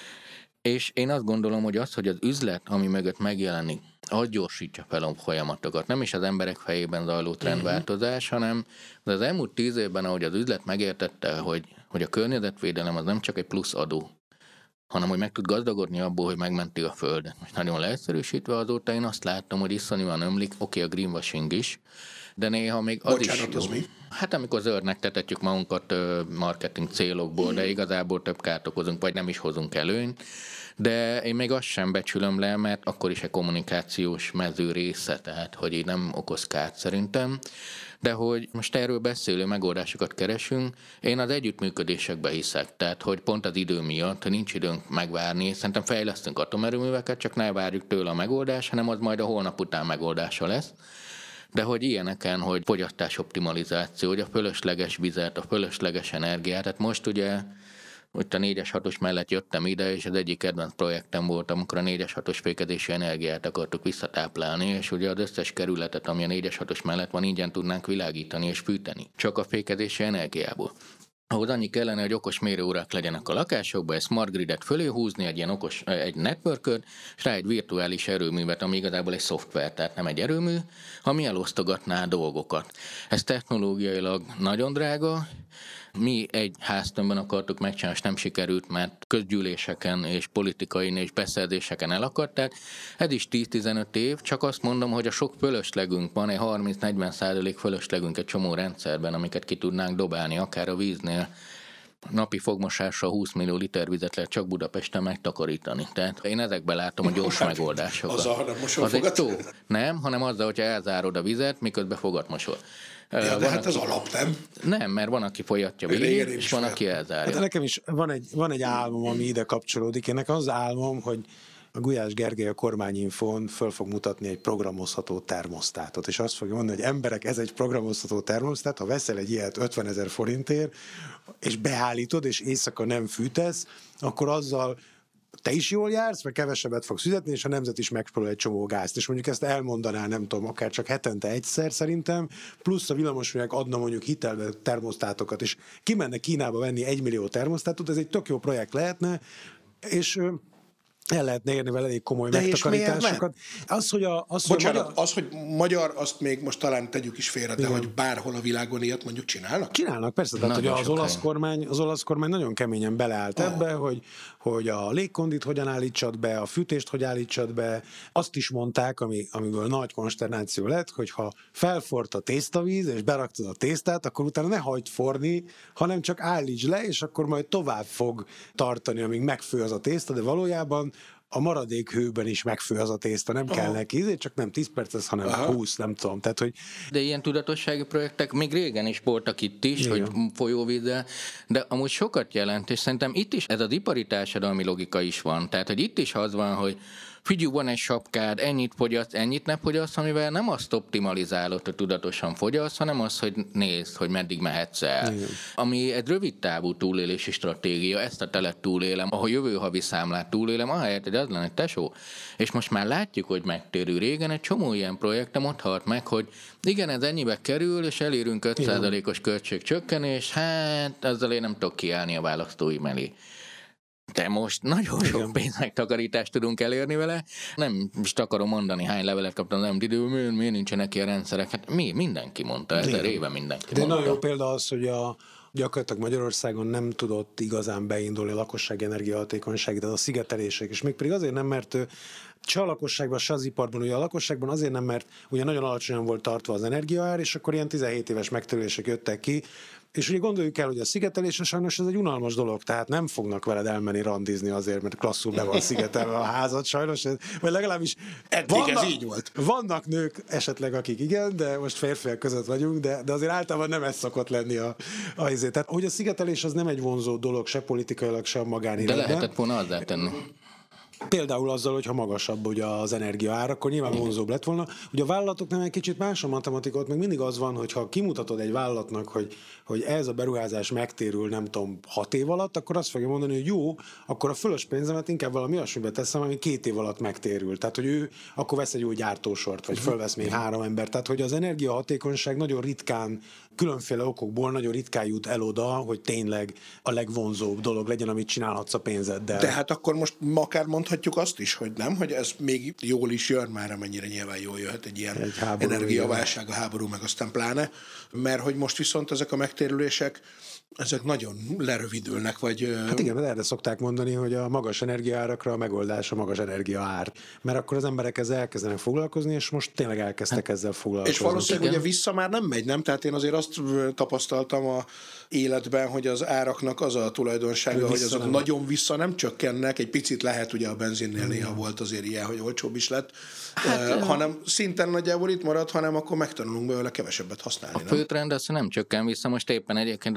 És én azt gondolom, hogy az, hogy az üzlet, ami mögött megjelenik, az gyorsítja fel a folyamatokat. Nem is az emberek fejében zajló trendváltozás, hanem az elmúlt tíz évben, ahogy az üzlet megértette, hogy, hogy a környezetvédelem az nem csak egy plusz adó, hanem hogy meg tud gazdagodni abból, hogy megmenti a földet. Most nagyon leegyszerűsítve azóta én azt láttam, hogy iszonyúan ömlik, oké, a greenwashing is, de néha még az Bocsánat, is az mi? Hát amikor zöldnek tetetjük magunkat marketing célokból, de igazából több kárt okozunk, vagy nem is hozunk előnyt. De én még azt sem becsülöm le, mert akkor is egy kommunikációs mező része, tehát hogy így nem okoz kárt szerintem. De hogy most erről beszélő megoldásokat keresünk, én az együttműködésekbe hiszek, tehát hogy pont az idő miatt, hogy nincs időnk megvárni, szerintem fejlesztünk atomerőműveket, csak ne várjuk tőle a megoldás, hanem az majd a holnap után megoldása lesz. de hogy ilyeneken, hogy fogyasztásoptimalizáció, hogy a fölösleges vizet, a fölösleges energiát, tehát most ugye ott a négyes hatos mellett jöttem ide, és az egyik kedvenc projektem volt, amikor a négyes hatos fékezési energiát akartuk visszatáplálni, és ugye az összes kerületet, ami a négyes hatos mellett van, ingyen tudnánk világítani és fűteni. Csak a fékezési energiából. Ahhoz annyi kellene, hogy okos mérőórák legyenek a lakásokban, egy smart gridet fölé húzni, egy ilyen okos, egy networköt, és rá egy virtuális erőművet, ami igazából egy szoftver, tehát nem egy erőmű, ami elosztogatná a dolgokat. Ez technológiailag nagyon drága. Mi egy háztömbben akartuk megcsinálni, és nem sikerült, mert közgyűléseken és politikai és beszerzéseken elakadták. Ez is tíz-tizenöt év, csak azt mondom, hogy a sok fölöslegünk van, egy harminc-negyven százalék fölöslegünk egy csomó rendszerben, amiket ki tudnánk dobálni, akár a víznél. Napi fogmosással húsz millió liter vizet lehet csak Budapesten megtakarítani. Tehát én ezekben látom a gyors megoldásokat. Azzal, hanem az egy tó. Nem, hanem azzal, hogyha elzárod a vizet, miközben fogatmosol. Ja, de van, hát az aki... alap, nem? Nem, mert van, aki folyatja végig, és van, aki elzárja. Hát nekem is van egy, van egy álmom, ami ide kapcsolódik. Én nekem az álmom, hogy a Gulyás Gergely a Kormányinfón föl fog mutatni egy programozható termosztátot, és azt fogja mondani, hogy emberek, ez egy programozható termosztát, ha veszel egy ilyet ötvenezer forintért, és beállítod, és éjszaka nem fűtesz, akkor azzal te is jól jársz, mert kevesebbet fogsz fizetni, és a nemzet is megspórol egy csomó gázt. És mondjuk ezt elmondaná, nem tudom, akár csak hetente egyszer szerintem, plusz a villamosművek adna mondjuk hitelbe termosztátokat, és kimenne Kínába venni egy millió termosztátot, ez egy tök jó projekt lehetne, és el lehetne érni vele elég komoly de megtakarításokat. Az, hogy a... Az, Bocsánat, hogy magyar... az, hogy magyar, azt még most talán tegyük is félre, de igen, hogy bárhol a világon ilyet mondjuk csinálnak? Csinálnak, persze. Tehát, hogy az olasz, kormány, az olasz kormány nagyon keményen beleállt oh. ebbe, hogy, hogy a légkondit hogyan állítsad be, a fűtést hogy állítsad be. Azt is mondták, ami, amiből nagy konsternáció lett, hogy ha felforrt a tésztavíz, és beraktad a tésztát, akkor utána ne hagyd forni, hanem csak állíts le, és akkor majd tovább fog tartani, amíg megfő az a tészta, de valójában a maradék hőben is megfő az a tészta, nem kell neki, csak nem tíz perc, hanem aha, húsz, nem tudom. Tehát, hogy... De ilyen tudatossági projektek még régen is voltak itt is, igen, hogy folyóvízzel, de amúgy sokat jelent, és szerintem itt is ez az ipari társadalmi logika is van. Tehát, hogy itt is az van, hogy figyelj, van egy sapkád, ennyit fogyaszt, ennyit ne fogyaszt, amivel nem azt optimalizálod, hogy tudatosan fogyaszt, hanem az, hogy nézd, hogy meddig mehetsz el. Igen. Ami egy rövid távú túlélési stratégia, ezt a telet túlélem, ahol jövő havi számlát túlélem, ahelyett, hogy az lenne tesó. És most már látjuk, hogy megtérül. Régen egy csomó ilyen projektem ott halt meg, hogy igen, ez ennyibe kerül, és elérünk öt százalékos költségcsökkenés, hát ezzel én nem tudok kiállni a választói mellé. De most nagyon sok igen, pénzmegtakarítást tudunk elérni vele. Nem is akarom mondani, hány levelet kaptam az em té dé-ből, miért, miért nincsenek ilyen rendszerek. Hát mi? Mindenki mondta, ezer éve mindenki de mondta. nagyon jó példa az, hogy a gyakorlatilag Magyarországon nem tudott igazán beindulni a lakossági energiahatékonyság, de a szigetelések, és még pedig azért nem, mert se a lakosságban, se az iparban, ugye a lakosságban azért nem, mert ugye nagyon alacsonyan volt tartva az energiaár, és akkor ilyen tizenhét éves megtérülések jöttek ki, és ugye gondoljuk el, hogy a szigetelés sajnos ez egy unalmas dolog, tehát nem fognak veled elmenni randizni azért, mert klasszul be van szigetelve a házad, sajnos, vagy legalábbis vannak, ez így volt. Vannak nők esetleg, akik igen, de most férfiak között vagyunk, de, de azért általában nem ez szokott lenni a, a izé. Tehát, hogy a szigetelés az nem egy vonzó dolog, se politikailag, se a magánéletben. De lehetett volna azzá tenni. Például azzal, hogyha magasabb ugye az energiaár, akkor nyilván vonzóbb lett volna. Ugye a vállalatoknál egy kicsit más a matematika, ott még mindig az van, hogy ha kimutatod egy vállalatnak, hogy, hogy ez a beruházás megtérül, nem tudom, hat év alatt, akkor azt fogja mondani, hogy jó, akkor a fölös pénzemet inkább valami olyasmibe teszem, ami két év alatt megtérül. Tehát, hogy ő akkor vesz egy új gyártósort, vagy fölvesz még három embert. Tehát, hogy az energiahatékonyság nagyon ritkán, különféle okokból nagyon ritkán jut el oda, hogy tényleg a legvonzóbb dolog legyen, amit csinálhatsz a pénzeddel. De hát akkor most akár mondhatjuk azt is, hogy nem, hogy ez még jól is jön, már amennyire nyilván jól jöhet egy ilyen egy energiaválság, a háború meg aztán pláne, mert hogy most viszont ezek a megtérülések, ezek nagyon lerövidülnek, vagy... Hát igen, erre szokták mondani, hogy a magas energiaárakra a megoldás a magas energiaár. Mert akkor az emberek ezzel elkezdenek foglalkozni, és most tényleg elkezdtek hát, ezzel foglalkozni. És valószínűleg igen, ugye vissza már nem megy, nem? Tehát én azért azt tapasztaltam a életben, hogy az áraknak az a tulajdonsága, hogy azok nem nagyon vissza nem csökkennek, egy picit lehet, ugye a benzinnél mm. néha volt azért ilyen, hogy olcsóbb is lett, hát, uh, hanem szinten nagyjából itt marad, hanem akkor megtanulunk belőle kevesebbet használni. A fő trend az nem csökken vissza, most éppen egyébként a gáz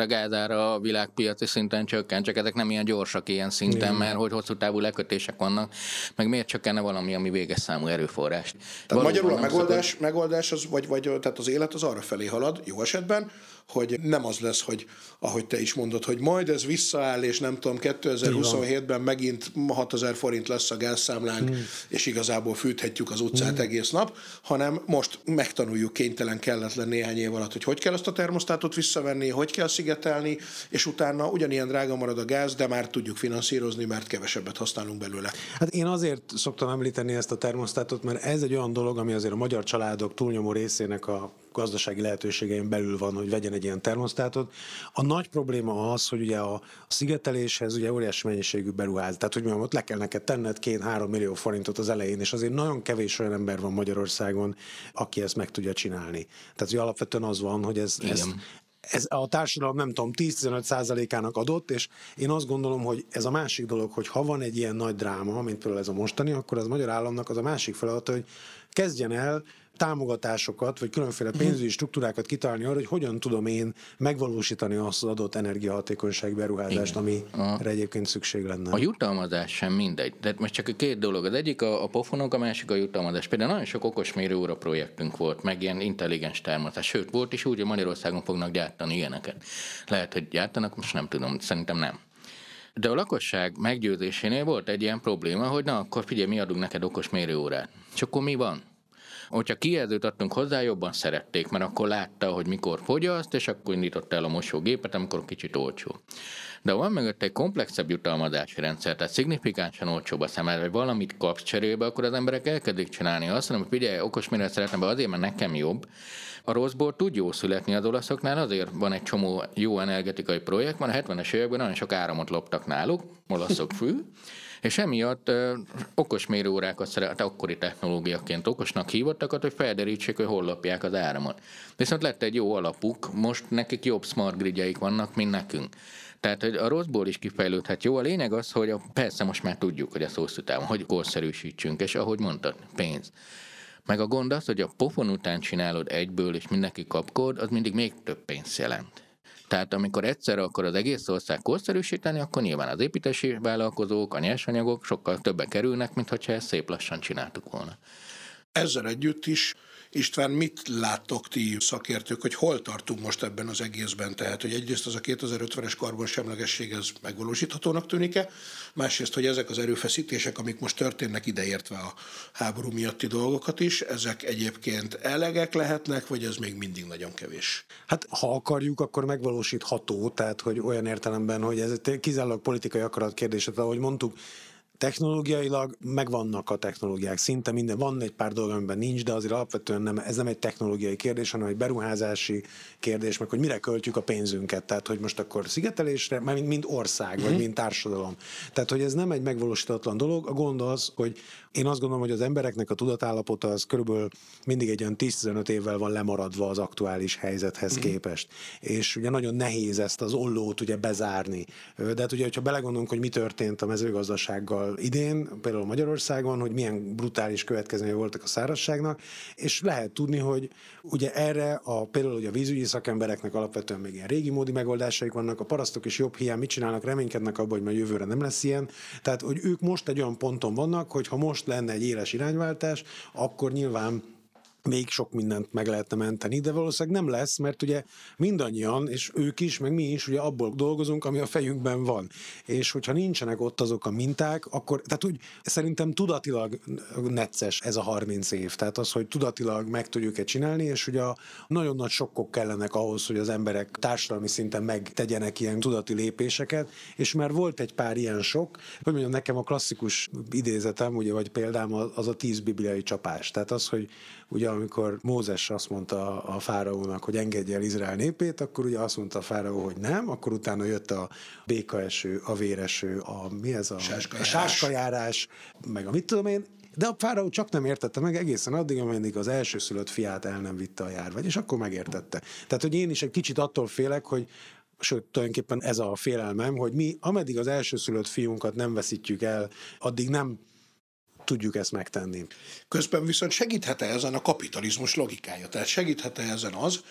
gázára a világpiaci szinten csökken, csak ezek nem ilyen gyorsak ilyen szinten, mert hogy hosszú távú lekötések vannak, meg miért csökkenne valami, ami véges számú erőforrás. Tehát magyarul a megoldás, szokott... megoldás az, vagy, vagy tehát az élet az arra felé halad, jó esetben, hogy nem az lesz, hogy ahogy te is mondod, hogy majd ez visszaáll, és nem tudom, kétezer-huszonhétben megint hatezer forint lesz a gázszámlánk, hmm. és igazából fűthetjük az utcát hmm. egész nap, hanem most megtanuljuk kénytelen, kelletlen néhány év alatt, hogy hogy kell azt a termosztátot visszavenni, hogy kell szigetelni, és utána ugyanilyen drága marad a gáz, de már tudjuk finanszírozni, mert kevesebbet használunk belőle. Hát én azért szoktam említeni ezt a termosztátot, mert ez egy olyan dolog, ami azért a magyar családok túlnyomó részének a gazdasági lehetőségein belül van, hogy vegyen egy ilyen termosztátot. A nagy probléma az, hogy ugye a, a szigeteléshez ugye óriási mennyiségű beruház. Tehát, hogy mondjam, ott le kell neked tenned két-három millió forintot az elején, és azért nagyon kevés olyan ember van Magyarországon, aki ezt meg tudja csinálni. Tehát, hogy alapvetően az van, hogy ez, ez, ez a társadalom nem tudom, tíz-tizenöt százalékának adott, és én azt gondolom, hogy ez a másik dolog, hogy ha van egy ilyen nagy dráma, mint például ez a mostani, akkor az magyar államnak az a másik feladata, hogy kezdjen el támogatásokat, vagy különféle pénzügyi struktúrákat kitalálni arra, hogy hogyan tudom én megvalósítani azt az adott energiahatékonysági beruházást, amire egyébként szükség lenne. A jutalmazás sem mindegy. De most csak a két dolog. Az egyik a, a pofonok, a másik a jutalmazás. Például nagyon sok okosmérő óra projektünk volt, meg ilyen intelligens termozás. Sőt, volt is úgy, hogy Magyarországon fognak gyártani ilyeneket. Lehet, hogy gyártanak, most nem tudom, szerintem nem. De a lakosság meggyőzésénél volt egy ilyen probléma, hogy na, akkor figyelj, mi adunk neked okos mérőórát. És akkor mi van? Hogyha kijelzőt adtunk hozzá, jobban szerették, mert akkor látta, hogy mikor fogyaszt, és akkor indította el a mosógépet, amikor kicsit olcsó. De van mögött egy komplexebb jutalmazási rendszer, tehát szignifikánsan olcsóbb a számára, vagy valamit kapsz cserébe, akkor az emberek elkezdik csinálni azt, hogy figyelj, okosmérőt szeretem be azért, mert nekem jobb. A rosszból tud jó születni az olaszoknál, azért van egy csomó jó energetikai projekt, van a hetvenes években nagyon sok áramot loptak náluk, olaszok fű, és emiatt ö, okos mérőórákat szeret, akkori technológiaként okosnak hívottakat, hogy felderítsék, hogy hol lopják az áramot. Viszont lett egy jó alapuk, most nekik jobb smart gridjeik vannak, mint nekünk. Tehát hogy a rosszból is kifejlődhet. Jó, a lényeg az, hogy a, persze most már tudjuk, hogy a hosszú távon, hogy korszerűsítsünk, és ahogy mondtad, pénz. Meg a gond az, hogy a pofon után csinálod egyből, és mindenki kapkod, az mindig még több pénzt jelent. Tehát amikor egyszerre akar az egész ország korszerűsíteni, akkor nyilván az építési vállalkozók, a nyersanyagok sokkal többe kerülnek, mint hogyha ezt szép lassan csináltuk volna. Ezzel együtt is, István, mit láttok ti szakértők, hogy hol tartunk most ebben az egészben? Tehát, hogy egyrészt az a kétezer-ötvenes karbonsemlegesség ez megvalósíthatónak tűnik-e, másrészt, hogy ezek az erőfeszítések, amik most történnek, ideértve a háború miatti dolgokat is, ezek egyébként elegek lehetnek, vagy ez még mindig nagyon kevés? Hát, ha akarjuk, akkor megvalósítható, tehát, hogy olyan értelemben, hogy ez kizárólag politikai akarat kérdése, ahogy mondtuk, technológiailag megvannak a technológiák, szinte minden, van egy pár dolog, amiben nincs, de azért alapvetően nem, ez nem egy technológiai kérdés, hanem egy beruházási kérdés, meg hogy mire költjük a pénzünket, tehát hogy most akkor szigetelésre, mint, mint ország, vagy mint társadalom. Tehát, hogy ez nem egy megvalósítatlan dolog, a gond az, hogy én azt gondolom, hogy az embereknek a tudatállapota az körülbelül mindig egy olyan tíz-tizenöt évvel van lemaradva az aktuális helyzethez képest. És ugye nagyon nehéz ezt az ollót ugye bezárni. De hát ugye, hogyha belegondolunk, hogy mi történt a mezőgazdasággal idén, például Magyarországon, hogy milyen brutális következményei voltak a szárazságnak, és lehet tudni, hogy ugye erre a, például ugye a vízügyi szakembereknek alapvetően még ilyen régi módi megoldásaik vannak, a parasztok is jobb hiány mit csinálnak, reménykednek abban, hogy majd jövőre nem lesz ilyen. Tehát, hogy ők most egy olyan ponton vannak, hogy ha most lenne egy éles irányváltás, akkor nyilván még sok mindent meg lehetne menteni, de valószínűleg nem lesz, mert ugye mindannyian, és ők is, meg mi is, ugye abból dolgozunk, ami a fejünkben van. És hogyha nincsenek ott azok a minták, akkor, tehát úgy szerintem tudatilag necces ez a harminc év. Tehát az, hogy tudatilag meg tudjuk-e csinálni, és ugye a nagyon nagy sokkok kellenek ahhoz, hogy az emberek társadalmi szinten megtegyenek ilyen tudati lépéseket, és már volt egy pár ilyen sok, hogy mondjam, nekem a klasszikus idézetem, ugye, vagy példám az a tíz bibliai csapás. Tehát az, hogy ugye amikor Mózes azt mondta a fáraónak, hogy engedje el Izrael népét, akkor ugye azt mondta a fáraó, hogy nem, akkor utána jött a békaeső, a véreső, a mi ez a, a sáskajárás, meg a mit tudom én, de a fáraó csak nem értette meg egészen addig, ameddig az elsőszülött fiát el nem vitte a járvány, és akkor megértette. Tehát, hogy én is egy kicsit attól félek, hogy sőt, tulajdonképpen ez a félelmem, hogy mi, ameddig az elsőszülött fiunkat nem veszítjük el, addig nem tudjuk ezt megtenni. Közben viszont segíthet-e ezen a kapitalizmus logikája? Tehát segíthet-e ezen az,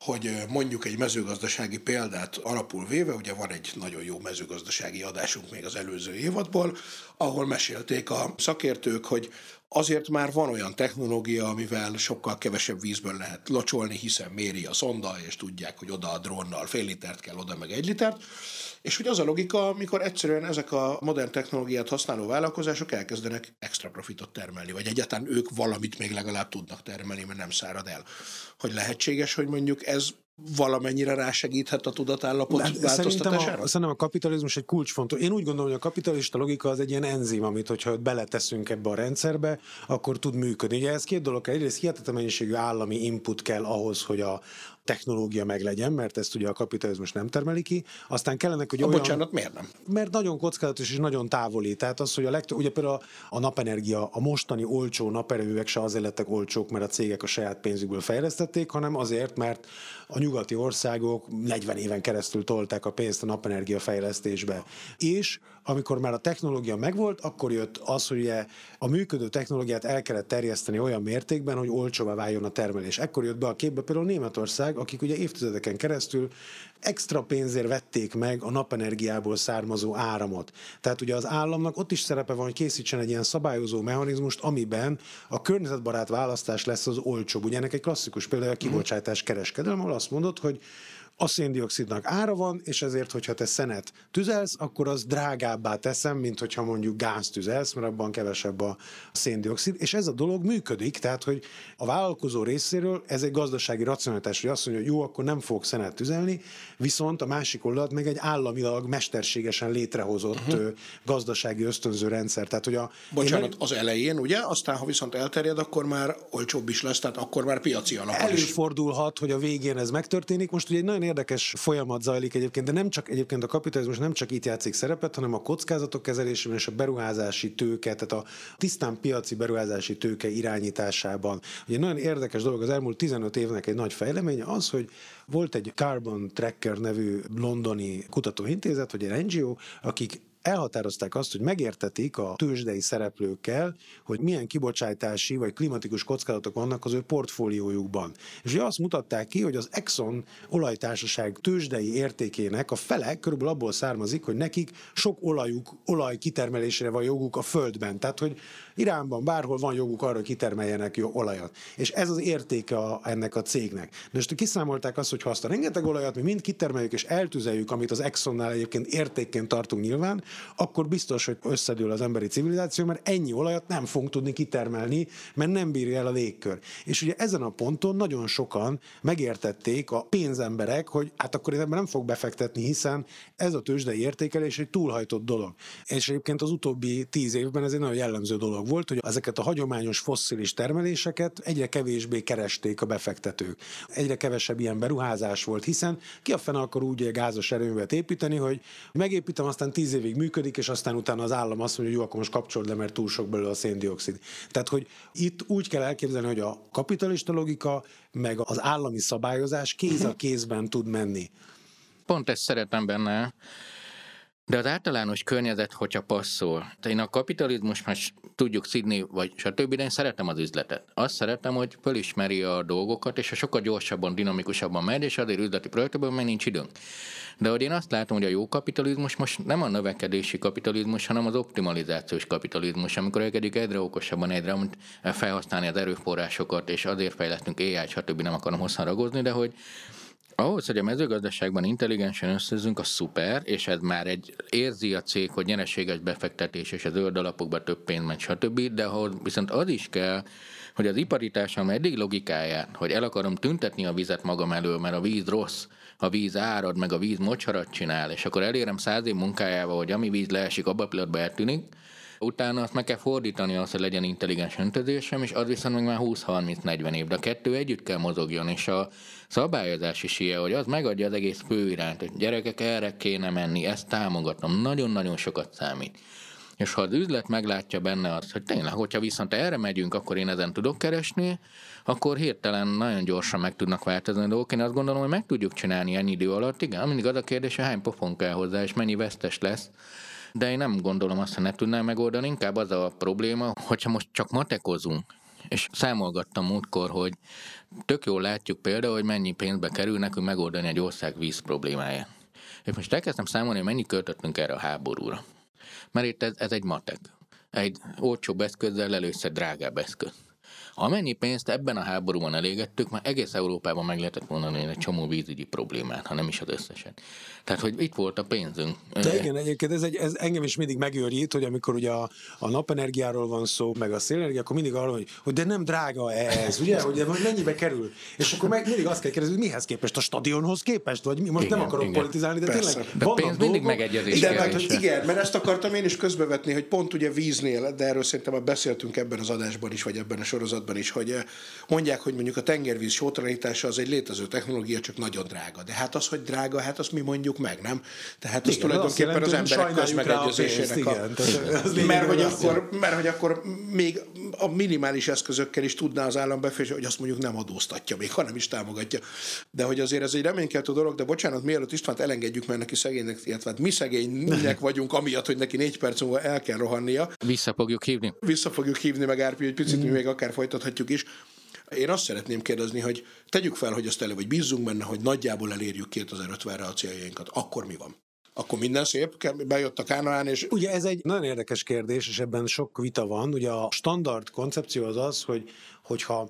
hogy mondjuk egy mezőgazdasági példát alapul véve, ugye van egy nagyon jó mezőgazdasági adásunk még az előző évadból, ahol mesélték a szakértők, hogy azért már van olyan technológia, amivel sokkal kevesebb vízből lehet locsolni, hiszen méri a szonda, és tudják, hogy oda a drónnal fél litert kell, oda meg egy litert. És hogy az a logika, amikor egyszerűen ezek a modern technológiát használó vállalkozások elkezdenek extra profitot termelni, vagy egyáltalán ők valamit még legalább tudnak termelni, mert nem szárad el. Hogy lehetséges, hogy mondjuk ez valamennyire rásegíthet a tudatállapot változtatására? Szerintem a, szerintem a kapitalizmus egy kulcsfontos. Én úgy gondolom, hogy a kapitalista logika az egy ilyen enzim, amit hogyha beleteszünk ebbe a rendszerbe, akkor tud működni. Ugye ez két dolog kell. Egyrészt hihetetlen mennyiségű állami input kell ahhoz, hogy a technológia meglegyen, mert ezt ugye a kapitalizmus nem termeli ki. Aztán kellenek, hogy a olyan... Bocsánat, miért nem? Mert nagyon kockázatos és nagyon távoli. Tehát az, hogy a legtöbb, ugye például a napenergia, a mostani olcsó naperőművek se azért lettek olcsók, mert a cégek a saját pénzükből fejlesztették, hanem azért, mert a nyugati országok negyven éven keresztül tolták a pénzt a napenergia fejlesztésbe. És amikor már a technológia megvolt, akkor jött az, hogy ugye a működő technológiát el kellett terjeszteni olyan mértékben, hogy olcsóvá váljon a termelés. Ekkor jött be a képbe például Németország, akik ugye évtizedeken keresztül extra pénzért vették meg a napenergiából származó áramot. Tehát ugye az államnak ott is szerepe van, hogy készítsen egy ilyen szabályozó mechanizmust, amiben a környezetbarát választás lesz az olcsóbb. Ugye ennek egy klasszikus például a kibocsátás kereskedelem, ahol azt mondod, hogy a széndioxidnak ára van, és ezért, hogyha te szenet tüzelsz, akkor az drágábbá teszem, mint hogyha mondjuk gáz tüzelsz, mert abban kevesebb a széndioxid, és ez a dolog működik, tehát, hogy a vállalkozó részéről ez egy gazdasági racionalitás, hogy azt mondja, hogy jó, akkor nem fogok szenet tüzelni, viszont a másik oldalt meg egy államilag mesterségesen létrehozott uh-huh. gazdasági ösztönző rendszer. Tehát, hogy a, Bocsánat, meg... az elején, ugye, aztán ha viszont elterjed, akkor már olcsóbb is lesz, tehát akkor már piaci alapon is. Előfordulhat, hogy a végén ez megtörténik. Most ugye egy nagyon érdekes folyamat zajlik egyébként, de nem csak egyébként a kapitalizmus nem csak itt játszik szerepet, hanem a kockázatok kezelésében és a beruházási tőke, tehát a tisztán piaci beruházási tőke irányításában. Ugye nagyon érdekes dolog az elmúlt tizenöt évnek egy nagy fejleménye az, hogy volt egy Carbon Tracker nevű londoni kutatóintézet, vagy egy en gé o, akik elhatározták azt, hogy megértetik a tőzsdei szereplőkkel, hogy milyen kibocsátási vagy klimatikus kockázatok vannak az ő portfóliójukban. És ugye azt mutatták ki, hogy az Exxon olajtársaság tőzsdei értékének a fele körülbelül abból származik, hogy nekik sok olajuk, olaj kitermelésére van joguk a földben. Tehát, hogy Iránban bárhol van joguk arra, hogy kitermeljenek jó olajat. És ez az értéke a, ennek a cégnek. De most kiszámolták azt, hogy ha azt a rengeteg olajat mi mind kitermeljük és eltüzeljük, amit az Exxonnál egyébként értékként tartunk nyilván, akkor biztos, hogy összedől az emberi civilizáció, mert ennyi olajat nem fogunk tudni kitermelni, mert nem bírja el a légkör. És ugye ezen a ponton nagyon sokan megértették a pénzemberek, hogy hát akkor én ebben nem fog befektetni, hiszen ez a tőzsdei értékelés egy túlhajtott dolog. És egyébként az utóbbi tíz évben ez egy nagyon jellemző dolog volt, hogy ezeket a hagyományos fosszilis termeléseket egyre kevésbé keresték a befektetők. Egyre kevesebb ilyen beruházás volt, hiszen ki a fene akar úgy egy gázos erőművet építeni, hogy megépítem, aztán tíz évig működik, és aztán utána az állam azt mondja, hogy jó, akkor most kapcsold le, mert túl sok belőle a széndioxid. Tehát, hogy itt úgy kell elképzelni, hogy a kapitalista logika, meg az állami szabályozás kéz a kézben tud menni. Pont ezt szeretem benne, de az általános környezet, hogyha passzol. Tehát én a kapitalizmus most tudjuk szidni, vagy stb., de én szeretem az üzletet. Azt szeretem, hogy fölismeri a dolgokat, és a sokkal gyorsabban, dinamikusabban megy, és azért üzleti projektben meg nincs időnk. De hogy én azt látom, hogy a jó kapitalizmus most nem a növekedési kapitalizmus, hanem az optimalizációs kapitalizmus, amikor elkezdik egyre okosabban, egyre felhasználni az erőforrásokat, és azért fejlesztünk á i, stb. Nem akarom hosszan ragozni, de hogy ahhoz, hogy a mezőgazdaságban intelligensen összezzünk, az szuper, és ez már egy érzi a cég, hogy nyereséges befektetés, és a zöld alapokba több pénz megy, stb. De ahhoz viszont az is kell, hogy az ipari társadalom eddig logikáját, hogy el akarom tüntetni a vizet magam elől, mert a víz rossz, a víz árad, meg a víz mocsarat csinál, és akkor elérem száz év munkájával, hogy ami víz leesik, abba a pillanatban eltűnik, utána azt meg kell fordítani azt, hogy legyen intelligens öntözésem, és az viszont meg már húsz-harminc-negyven év, de a kettő együtt kell mozogjon, és a szabályozás is ilyen, hogy az megadja az egész főirányt, hogy gyerekek, erre kéne menni, ezt támogatom, nagyon-nagyon sokat számít. És ha az üzlet meglátja benne azt, hogy tényleg, hogyha viszont erre megyünk, akkor én ezen tudok keresni, akkor hirtelen nagyon gyorsan meg tudnak változni a dolgok. Én azt gondolom, hogy meg tudjuk csinálni ennyi idő alatt. Igen, mindig az a kérdés, hogy hány pofon kell hozzá, és mennyi vesztes lesz. De én nem gondolom azt, hogy ne tudnám megoldani. Inkább az a probléma, hogyha most csak matekozunk, És számolgattam múltkor, hogy tök jól látjuk például, hogy mennyi pénzbe kerül nekünk megoldani egy ország víz problémáját. És most elkezdtem számolni, hogy mennyit költöttünk erre a háborúra. Mert itt ez, ez egy matek. Egy olcsóbb eszközzel először drágább eszköz. Amennyi pénzt ebben a háborúban elégettük, már egész Európában meg lehetett mondani, hogy egy csomó vízügyi problémát, ha nem is az összeset. Tehát, hogy itt volt a pénzünk. De igen, egyébként ez, egy, ez engem is mindig megőrít, hogy amikor ugye a, a napenergiáról van szó, meg a szélenergia, akkor mindig arról, hogy, hogy de nem drága ez, ugye, hogy, hogy mennyibe kerül. És akkor meg mindig azt kell kérdezni, hogy mihez képest, a stadionhoz képest, vagy mi? Most igen, nem akarok igen. politizálni, de Persze. tényleg de pénz mindig megegyezés. Igen, mert, hogy igen, mert ezt akartam én is közbevetni, hogy pont ugye víznél, de erről szerintem már beszéltünk ebben az adásban is, vagy ebben a sorozatban is, hogy mondják, hogy mondjuk a tengervíz sótalanítása az egy létező technológia, csak nagyon drága. De hát az, hogy drága, hát azt mi mondjuk meg, nem? Tehát az tulajdonképpen az emberek közmegegyezésének a... Mert hogy, akkor, mert hogy akkor még a minimális eszközökkel is tudná az állam befejezni, hogy azt mondjuk nem adóztatja még, hanem is támogatja. De hogy azért ez egy reménykeltő dolog, de bocsánat, mielőtt Istvánt elengedjük, mert neki szegénynek, illetve mi szegénynek vagyunk, amiatt, hogy neki négy perc múlva el kell rohannia. Vissza fogjuk hívni. Vissza fogjuk hívni, meg Árpi, egy picit mm. mi még akár folytathatjuk is. Én azt szeretném kérdezni, hogy tegyük fel, hogy azt elő, vagy bízzunk benne, hogy nagyjából elérjük kétezer-ötvenre a céljainkat. Akkor mi van? Akkor minden szép, bejött a Kánaán, és... Ugye ez egy nagyon érdekes kérdés, és ebben sok vita van. Ugye a standard koncepció az az, hogy, hogyha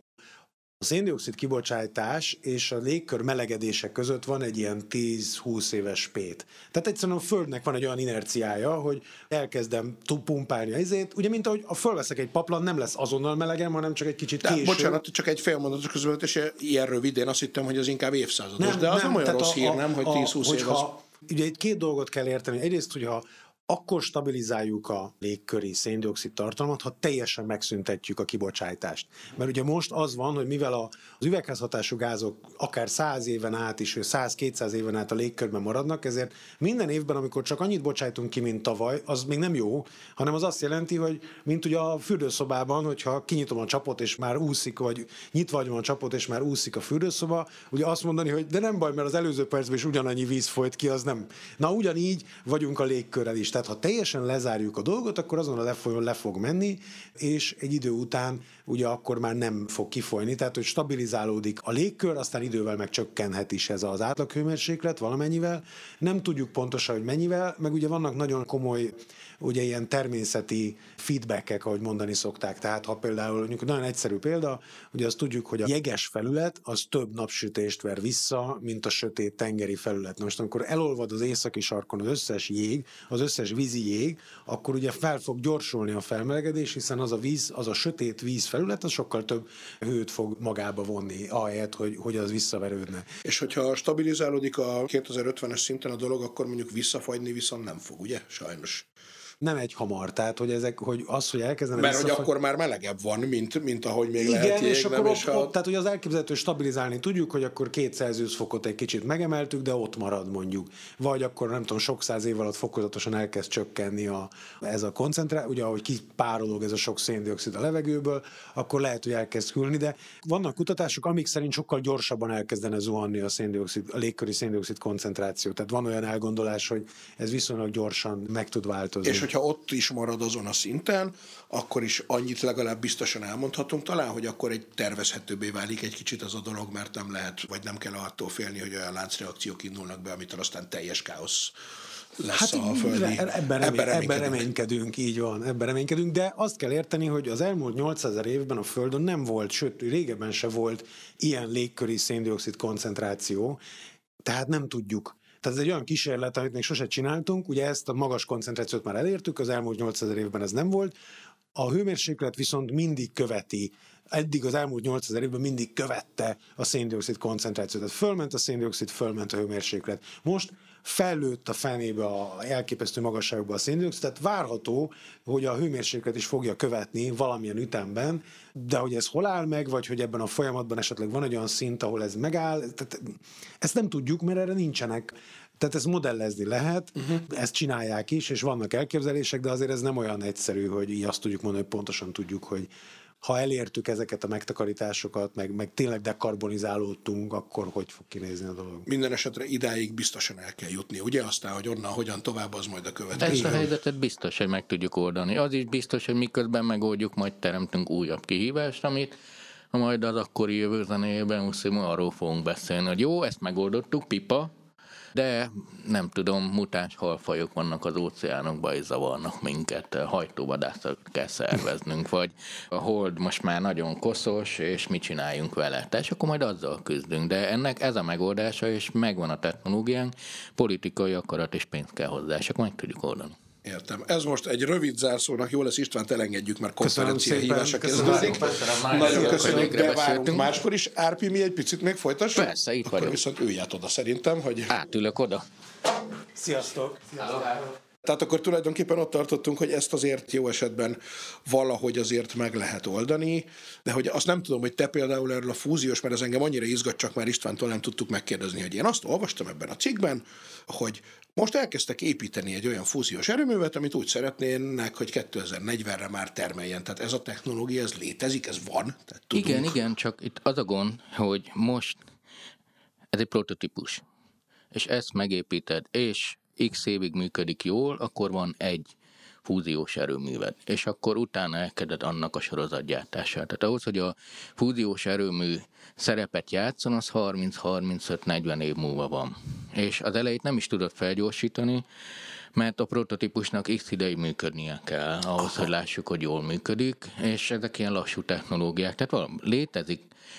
a széndioxid kibocsátás és a légkör melegedése között van egy ilyen tíz-húsz éves spét. Tehát egyszerűen a Földnek van egy olyan inerciája, hogy elkezdem pumpálni a izét, ugye mint ahogy a fölveszek egy paplan, nem lesz azonnal melegem, hanem csak egy kicsit de, később. Bocsánat, csak egy fél mondatos közvetés, ilyen rövid, én azt hittem, hogy az inkább évszázados, nem, de az nem, nem olyan rossz a, hír, a, nem, hogy tíz-húsz év az... Ugye egy két dolgot kell érteni. Egyrészt, hogyha akkor stabilizáljuk a légköri széndioxid tartalmat, ha teljesen megszüntetjük a kibocsátást. Mert ugye most az van, hogy mivel az üvegházhatású gázok akár száz éven át is, száz-kétszáz éven át a légkörben maradnak, ezért minden évben, amikor csak annyit bocsájtunk ki, mint tavaly, az még nem jó, hanem az azt jelenti, hogy mint ugye a fürdőszobában, hogyha kinyitom a csapot és már úszik, vagy nyitva hagyom a csapot és már úszik a fürdőszoba, ugye azt mondani, hogy de nem baj, mert az előző percben is ugyanannyi víz folyt ki, az nem. Na ugyanígy vagyunk a légkörrel is. Tehát ha teljesen lezárjuk a dolgot, akkor azon le fog, le fog menni, és egy idő után ugye akkor már nem fog kifolyni, tehát hogy stabilizálódik a légkör, aztán idővel meg csökkenhet is ez az átlaghőmérséklet valamennyivel. Nem tudjuk pontosan, hogy mennyivel, meg ugye vannak nagyon komoly ugye ilyen természeti feedbackek, ahogy mondani szokták. Tehát ha például, mondjuk nagyon egyszerű példa, ugye azt tudjuk, hogy a jeges felület az több napsütést ver vissza, mint a sötét tengeri felület. Most amikor elolvad az északi sarkon az összes jég, az összes vízi jég, akkor ugye fel fog gyorsulni a felmelegedés, hiszen az a víz, az a sötét víz felület, az sokkal több hőt fog magába vonni, ahelyett, hogy, hogy az visszaverődne. És hogyha stabilizálódik a kétezer-ötvenes szinten a dolog, akkor mondjuk visszafagyni viszont nem fog, ugye? Sajnos. Nem egy hamar, tehát hogy, ezek, hogy az, hogy elkezdenek... Mert visszafagy... hogy akkor már melegebb van, mint, mint ahogy még igen, lehet jég, és nem, akkor és ott, a... ott, tehát hogy az elképzelhető stabilizálni tudjuk, hogy akkor két Celsius fokot egy kicsit megemeltük, de ott marad mondjuk. Vagy akkor nem tudom, sok száz év alatt fokozatosan elkezd csökkenni a, ez a koncentrá, ugye ahogy kipárolog ez a sok széndioxid a levegőből, akkor lehet, hogy elkezd hűlni, de vannak kutatások, amik szerint sokkal gyorsabban elkezdene zuhanni a széndioxid, a légköri széndioxid koncentráció. Tehát van olyan elgondolás, hogy ez viszonylag gyorsan meg tud változni. És hogyha ott is marad azon a szinten, akkor is annyit legalább biztosan elmondhatunk talán, hogy akkor egy tervezhetőbbé válik egy kicsit az a dolog, mert nem lehet, vagy nem kell attól félni, hogy olyan láncreakciók indulnak be, amitől aztán teljes káosz lesz hát, a földi. Ebben, remény, ebben, ebben reménykedünk, így van, ebben reménykedünk, de azt kell érteni, hogy az elmúlt nyolcezer évben a Földön nem volt, sőt, régebben se volt ilyen légköri széndioxid koncentráció, tehát nem tudjuk. Tehát ez egy olyan kísérlet, amit még sose csináltunk, ugye ezt a magas koncentrációt már elértük, az elmúlt nyolcezer évben ez nem volt, a hőmérséklet viszont mindig követi, eddig az elmúlt nyolcezer évben mindig követte a széndioxid koncentrációt, tehát fölment a széndioxid, fölment a hőmérséklet. Most fellőtt a fenébe a elképesztő magasságokba a széndioxid, tehát várható, hogy a hőmérséklet is fogja követni valamilyen ütemben, de hogy ez hol áll meg, vagy hogy ebben a folyamatban esetleg van egy olyan szint, ahol ez megáll, tehát ezt nem tudjuk, mert erre nincsenek. Tehát ezt modellezni lehet, uh-huh. ezt csinálják is, és vannak elképzelések, de azért ez nem olyan egyszerű, hogy így azt tudjuk mondani, hogy pontosan tudjuk, hogy ha elértük ezeket a megtakarításokat, meg, meg tényleg dekarbonizálódtunk, akkor hogy fog kinézni a dolog? Minden esetre idáig biztosan el kell jutni, ugye? Aztán, hogy onnan hogyan tovább, az majd a következő. Ezt a helyzetet biztos, hogy meg tudjuk oldani. Az is biztos, hogy miközben megoldjuk, majd teremtünk újabb kihívást, amit majd az akkori jövő zenéjében arról fogunk beszélni, hogy jó, ezt megoldottuk, pipa, de nem tudom, mutáns halfajok vannak az óceánokban, és zavarnak minket, hajtóvadászat kell szerveznünk, vagy a hold most már nagyon koszos, és mit csináljunk vele. És akkor majd azzal küzdünk, de ennek ez a megoldása, és megvan a technológiánk, politikai akarat és pénz kell hozzá, és akkor meg tudjuk oldani. Értem. Ez most egy rövid zárszónak, jó lesz, Istvánt elengedjük, mert konferencia szépen, hívása köszönöm. kezdődik. Köszönöm, Nagyon köszönöm, végre de várunk beszéltünk. máskor is. Árpi, mi egy picit még folytassuk? Persze, itt Akkor vagyok. viszont ülj át oda szerintem, hogy... Átülök oda. Sziasztok! Tehát akkor tulajdonképpen ott tartottunk, hogy ezt azért jó esetben valahogy azért meg lehet oldani, de hogy azt nem tudom, hogy te például erről a fúziós, mert ez engem annyira izgat, csak már Istvántól nem tudtuk megkérdezni, hogy én azt olvastam ebben a cikkben, hogy most elkezdtek építeni egy olyan fúziós erőművet, amit úgy szeretnének, hogy kétezer-negyvenre már termeljen. Tehát ez a technológia, ez létezik, ez van. Tehát tudunk. Igen, igen, csak itt az a gond, hogy most ez egy prototípus, és ezt megépíted, és x évig működik jól, akkor van egy fúziós erőműved, és akkor utána elkezded annak a sorozatgyártását. Tehát ahhoz, hogy a fúziós erőmű szerepet játszon, az harminc-harmincöt-negyven év múlva van. És az elejét nem is tudod felgyorsítani, mert a prototípusnak x ideig működnie kell, ahhoz, Aha. hogy lássuk, hogy jól működik, és ezek ilyen lassú technológiák. Tehát valami létezik,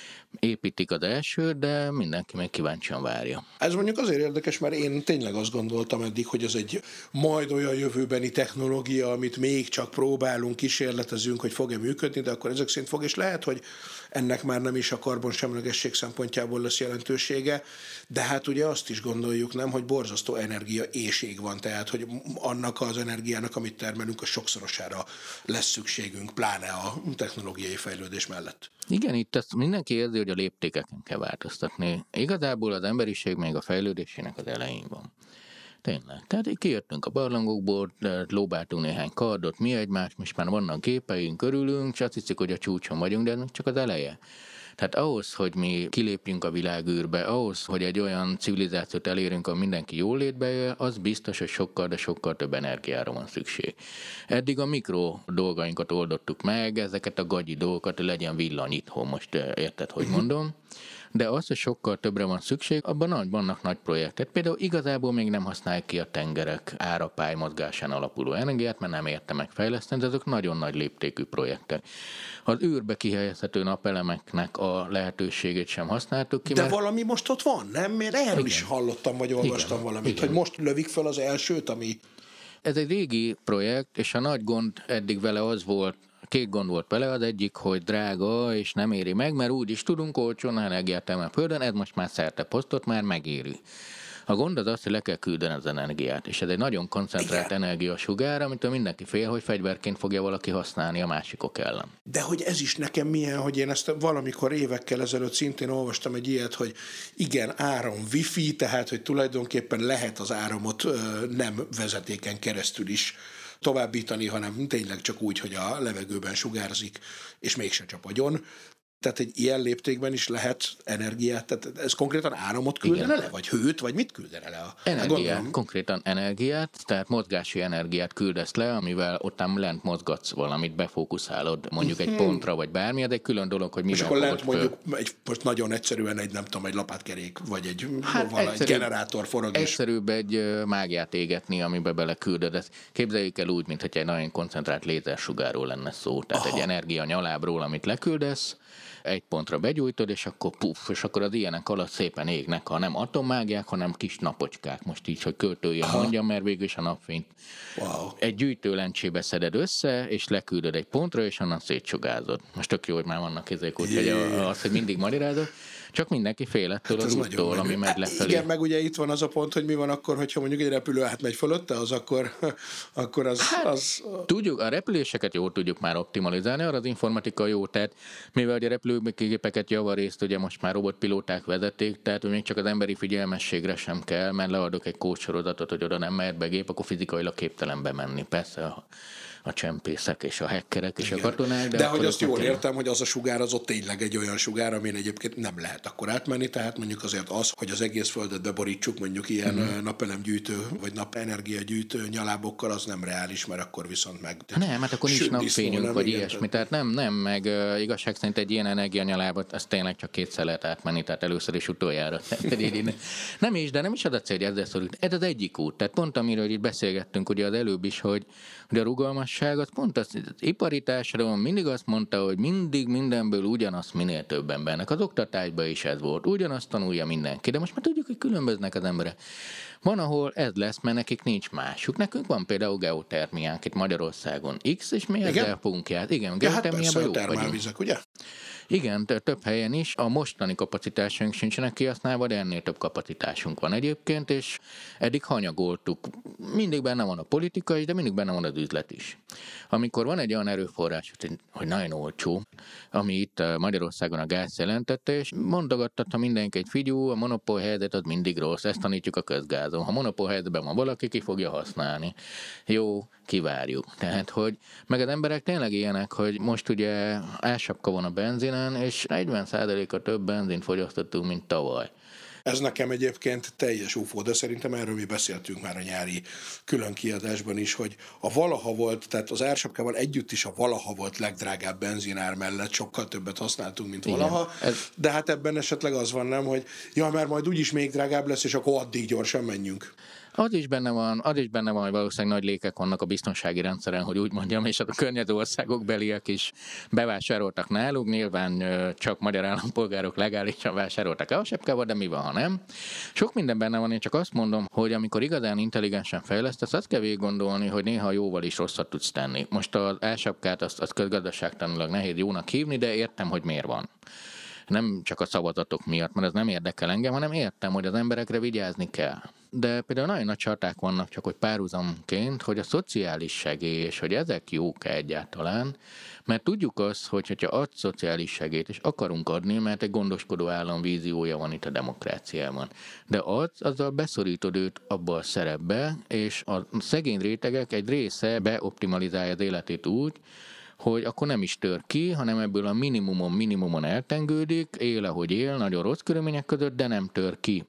építik az elsőt, de mindenki még kíváncsian várja. Ez mondjuk azért érdekes, mert én tényleg azt gondoltam eddig, hogy ez egy majd olyan jövőbeni technológia, amit még csak próbálunk, kísérletezünk, hogy fog-e működni, de akkor ezek szerint fog, és lehet, hogy ennek már nem is a karbonsemlegesség szempontjából lesz jelentősége, de hát ugye azt is gondoljuk, nem, hogy borzasztó energia éhség van, tehát, hogy annak az energiának, amit termelünk, a sokszorosára lesz szükségünk, pláne a technológiai fejlődés mellett. Igen, itt ezt mindenki érzi, hogy a léptékeken kell változtatni. Igazából az emberiség még a fejlődésének az elején van. Tényleg. Tehát így kijöttünk a barlangokból, lóbáltunk néhány kardot, mi egymást, most már vannak képeink körülünk, és azt hiszik, hogy a csúcson vagyunk, de ez csak az eleje. Tehát ahhoz, hogy mi kilépjünk a világűrbe, ahhoz, hogy egy olyan civilizációt elérünk, ahol mindenki jól létbe él, az biztos, hogy sokkal, de sokkal több energiára van szükség. Eddig a mikro dolgainkat oldottuk meg, ezeket a gagyi dolgokat, hogy legyen villany itthon, most érted, hogy mondom. De az, hogy sokkal többre van szükség, abban nagy, vannak nagy projektek. Például igazából még nem használják ki a tengerek árapály mozgásán alapuló energiát, mert nem érte megfejleszteni, de azok nagyon nagy léptékű projektek. Az űrbe kihelyezhető napelemeknek a lehetőségét sem használtuk ki. De mert... valami most ott van, nem? Mert erről Igen. is hallottam, vagy olvastam Igen. valamit, Igen. hogy most lövik fel az elsőt, ami... Ez egy régi projekt, és a nagy gond eddig vele az volt, két gond volt vele, az egyik, hogy drága és nem éri meg, mert úgy is tudunk olcsón energiát termelni a földön, ez most már szerte posztot már megéri. A gond az az, hogy le kell küldeni az energiát, és ez egy nagyon koncentrált Igen. energiasugár, amitől mindenki fél, hogy fegyverként fogja valaki használni a másikok ellen. De hogy ez is nekem milyen, hogy én ezt valamikor évekkel ezelőtt szintén olvastam egy ilyet, hogy igen, áram wifi, tehát hogy tulajdonképpen lehet az áramot ö, nem vezetéken keresztül is továbbítani, hanem tényleg csak úgy, hogy a levegőben sugárzik, és mégse csap agyon. Tehát egy ilyen léptékben is lehet energiát, tehát ez konkrétan áramot küldene Igen. le, vagy hőt, vagy mit küldene le? A, Energiát, gondolom, konkrétan energiát, tehát mozgási energiát küldesz le, amivel ott lent mozgatsz valamit, befókuszálod mondjuk egy pontra, vagy bármi, de egy külön dolog, hogy mivel és akkor lent fogod föl. mondjuk egy, most nagyon egyszerűen egy, nem tudom, egy lapátkerék, vagy egy, Hát vala, egy egyszerűbb- generátor forog, és Egyszerűbb egy ö, mágiát égetni, amibe beleküldöd. Ezt képzeljük el úgy, mintha egy nagyon koncentrált lézersugárról lenne szó. Tehát Aha. egy energia nyalábról, amit leküldesz, egy pontra begyújtod, és akkor puff, és akkor az ilyenek alatt szépen égnek, ha nem atommágiák, hanem kis napocskák. Most így, hogy költője mondjam, mert végül is a napfényt wow. egy gyűjtőlencsében szeded össze, és leküldöd egy pontra, és onnan szétsugázod. Most tök jó, hogy már vannak ezek, úgyhogy az, hogy mindig magyarázod, csak mindenki fél ettől Hát az ez úttól, nagyon ami menő. megy lefelé. Igen, meg ugye itt van az a pont, hogy mi van akkor, hogyha mondjuk egy repülő átmegy fölötte, az akkor, akkor az, Hát, az... Tudjuk, a repüléseket jól tudjuk már optimalizálni, arra az informatika jó, tehát mivel a repülőgépeket javarészt ugye most már robotpilóták vezetik, tehát hogy még csak az emberi figyelmességre sem kell, mert leadok egy kódsorozatot, hogy oda nem mehet be gép, akkor fizikailag képtelen bemenni. Persze a csempészek és a hackerek és Igen. a katonák. De, de hogy azt jól meg... értem, hogy az a sugár az ott tényleg egy olyan sugár, amin egyébként nem lehet akkor átmenni, tehát mondjuk azért az, hogy az egész földet beborítsuk mondjuk ilyen mm. napelemgyűjtő vagy napenergiagyűjtő nyalábokkal, az nem reális, mert akkor viszont meg... Nem, hát akkor nincs napfényünk, vagy igen, ilyesmi. Tehát nem, nem, meg uh, igazság szerint egy ilyen energianyalábot, az tényleg csak kétszer lehet átmenni, tehát először is utoljára. Nem is, de nem is az a cél, hogy ezzel szorult. Ez az egyik út. Tehát pont amiről itt beszélgettünk ugye az előbb is, hogy, hogy a rugalmasság, az pont az, az ipari társadalom mindig azt mondta, hogy mindig mindenből ugyanazt minél több embernek. Az oktatásban is ez volt. Ugyanazt tanulja mindenki. De most már tudjuk, hogy különböznek az emberek. Van, ahol ez lesz, mert nekik nincs másuk. Nekünk van például geotermiánk itt Magyarországon. X, és mi ezzel fogunk ját. Igen, ja, hát geotermiában jók vagyunk. Termálvizek, ugye? Igen, több helyen is. A mostani kapacitásunk sincsenek kihasználva, de ennél több kapacitásunk van egyébként, és eddig hanyagoltuk. Mindig benne van a politika is, de mindig benne van az üzlet is. Amikor van egy olyan erőforrás, hogy nagyon olcsó, ami itt Magyarországon a gáz jelentette, és mondogatta mindenki egy figyú, a monopól helyzet az mindig rossz, ezt tanítjuk a közgázon. Ha monopól helyzetben van valaki, ki fogja használni. Jó, kivárjuk. Tehát, hogy meg az emberek tényleg ilyenek, hogy most ugye álsapka van a benzinen, és negyven százaléka több benzint fogyasztottunk, mint tavaly. Ez nekem egyébként teljes ufó, de szerintem erről mi beszéltünk már a nyári külön kiadásban is, hogy a valaha volt, tehát az ársapkával együtt is a valaha volt legdrágább benzinár mellett sokkal többet használtunk, mint valaha, igen, ez... de hát ebben esetleg az van, nem, hogy ja, mert majd úgyis még drágább lesz, és akkor addig gyorsan menjünk. Az is benne van, az is benne van, hogy valószínűleg nagy lékek vannak a biztonsági rendszeren, hogy úgy mondjam, és a környező országok beliek is bevásároltak náluk, nyilván csak magyar állampolgárok legálisan vásároltak el a sepkával, de mi van, ha nem? Sok minden benne van, én csak azt mondom, hogy amikor igazán intelligensen fejlesztesz, azt kell végig gondolni, hogy néha jóval is rosszat tudsz tenni. Most az elsapkát azt, azt közgazdaságtanilag nehéz jónak hívni, de értem, hogy miért van. Nem csak a szavazatok miatt, mert ez nem érdekel engem, hanem értem, hogy az emberekre vigyázni kell. De például nagyon nagy csaták vannak, csak hogy párhuzamként, hogy a szociális segély, és hogy ezek jók egyáltalán, mert tudjuk azt, hogy ha adsz szociális segélyt, és akarunk adni, mert egy gondoskodó állam víziója van itt a demokráciában. De adsz, azzal beszorítod őt abba a szerepbe, és a szegény rétegek egy része beoptimalizálja az életét úgy, hogy akkor nem is tör ki, hanem ebből a minimumon minimumon eltengődik, él, ahogy él, nagyon rossz körülmények között, de nem tör ki.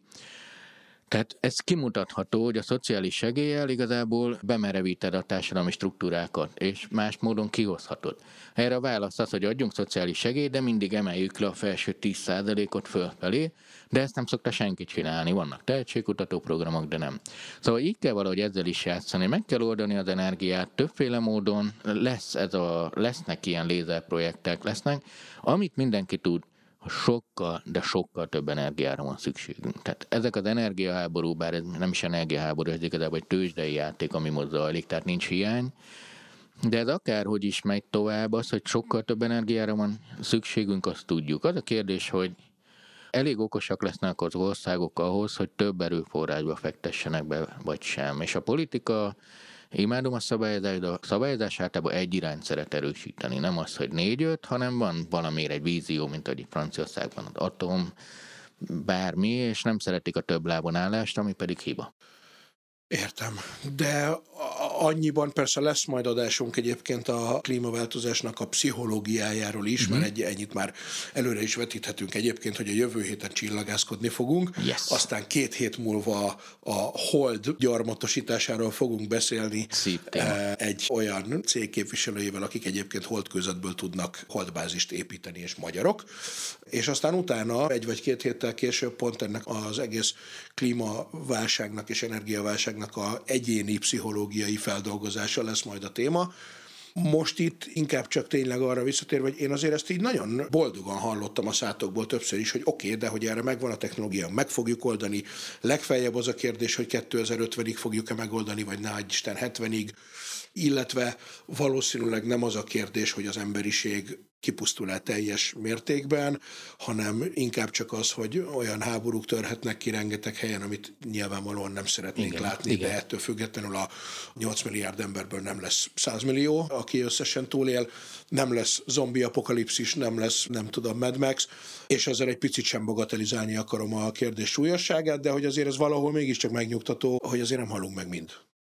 Tehát ez kimutatható, hogy a szociális segéllyel igazából bemerevíted a társadalmi struktúrákat, és más módon kihozhatod. Erre a válasz az, hogy adjunk szociális segélyt, de mindig emeljük le a felső tíz százalékot fölfelé, de ezt nem szokta senki csinálni. Vannak tehetségkutató programok, de nem. Szóval így kell valahogy ezzel is játszani. Meg kell oldani az energiát többféle módon, lesz ez a, lesznek ilyen lézerprojektek, lesznek, amit mindenki tud, sokkal, de sokkal több energiára van szükségünk. Tehát ezek az energiaháború, bár ez nem is energiaháború, ez igazából egy tőzsdei játék, ami most zajlik, tehát nincs hiány, de ez akárhogy is megy tovább, az, hogy sokkal több energiára van szükségünk, azt tudjuk. Az a kérdés, hogy elég okosak lesznek az országok ahhoz, hogy több erőforrásba fektessenek be, vagy sem. És a politika, imádom a szabályozást, de a szabályozás általában egy irányt szeret erősíteni. Nem az, hogy négy-öt, hanem van valamiért egy vízió, mint ahogy Franciaországban az atom, bármi, és nem szeretik a több lábon állást, ami pedig hiba. Értem, de annyiban persze lesz majd adásunk egyébként a klímaváltozásnak a pszichológiájáról is, mm-hmm. mert egy, ennyit már előre is vetíthetünk egyébként, hogy a jövő héten csillagászkodni fogunk, yes. Aztán két hét múlva a hold gyarmatosításáról fogunk beszélni egy olyan cég képviselőjével, akik egyébként holdkőzetből tudnak holdbázist építeni, és magyarok, és aztán utána egy vagy két héttel később pont ennek az egész klímaválságnak és energiaválságnak a egyéni pszichológiai feldolgozása lesz majd a téma. Most itt inkább csak tényleg arra visszatérve, hogy én azért ezt így nagyon boldogan hallottam a szátokból többször is, hogy oké, okay, de hogy erre megvan a technológia, meg fogjuk oldani. Legfeljebb az a kérdés, hogy kétezer-ötvenig fogjuk-e megoldani, vagy ne adj Isten hetvenig, illetve valószínűleg nem az a kérdés, hogy az emberiség kipusztul-e teljes mértékben, hanem inkább csak az, hogy olyan háborúk törhetnek ki rengeteg helyen, amit nyilvánvalóan nem szeretnénk igen, látni, igen. De ettől függetlenül a nyolc milliárd emberből nem lesz száz millió, aki összesen túlél, nem lesz zombi apokalipszis, nem lesz, nem tudom, Mad Max, és ezzel egy picit sem bagatelizálni akarom a kérdés súlyosságát, de hogy azért ez valahol mégiscsak megnyugtató, hogy azért nem halunk meg mind.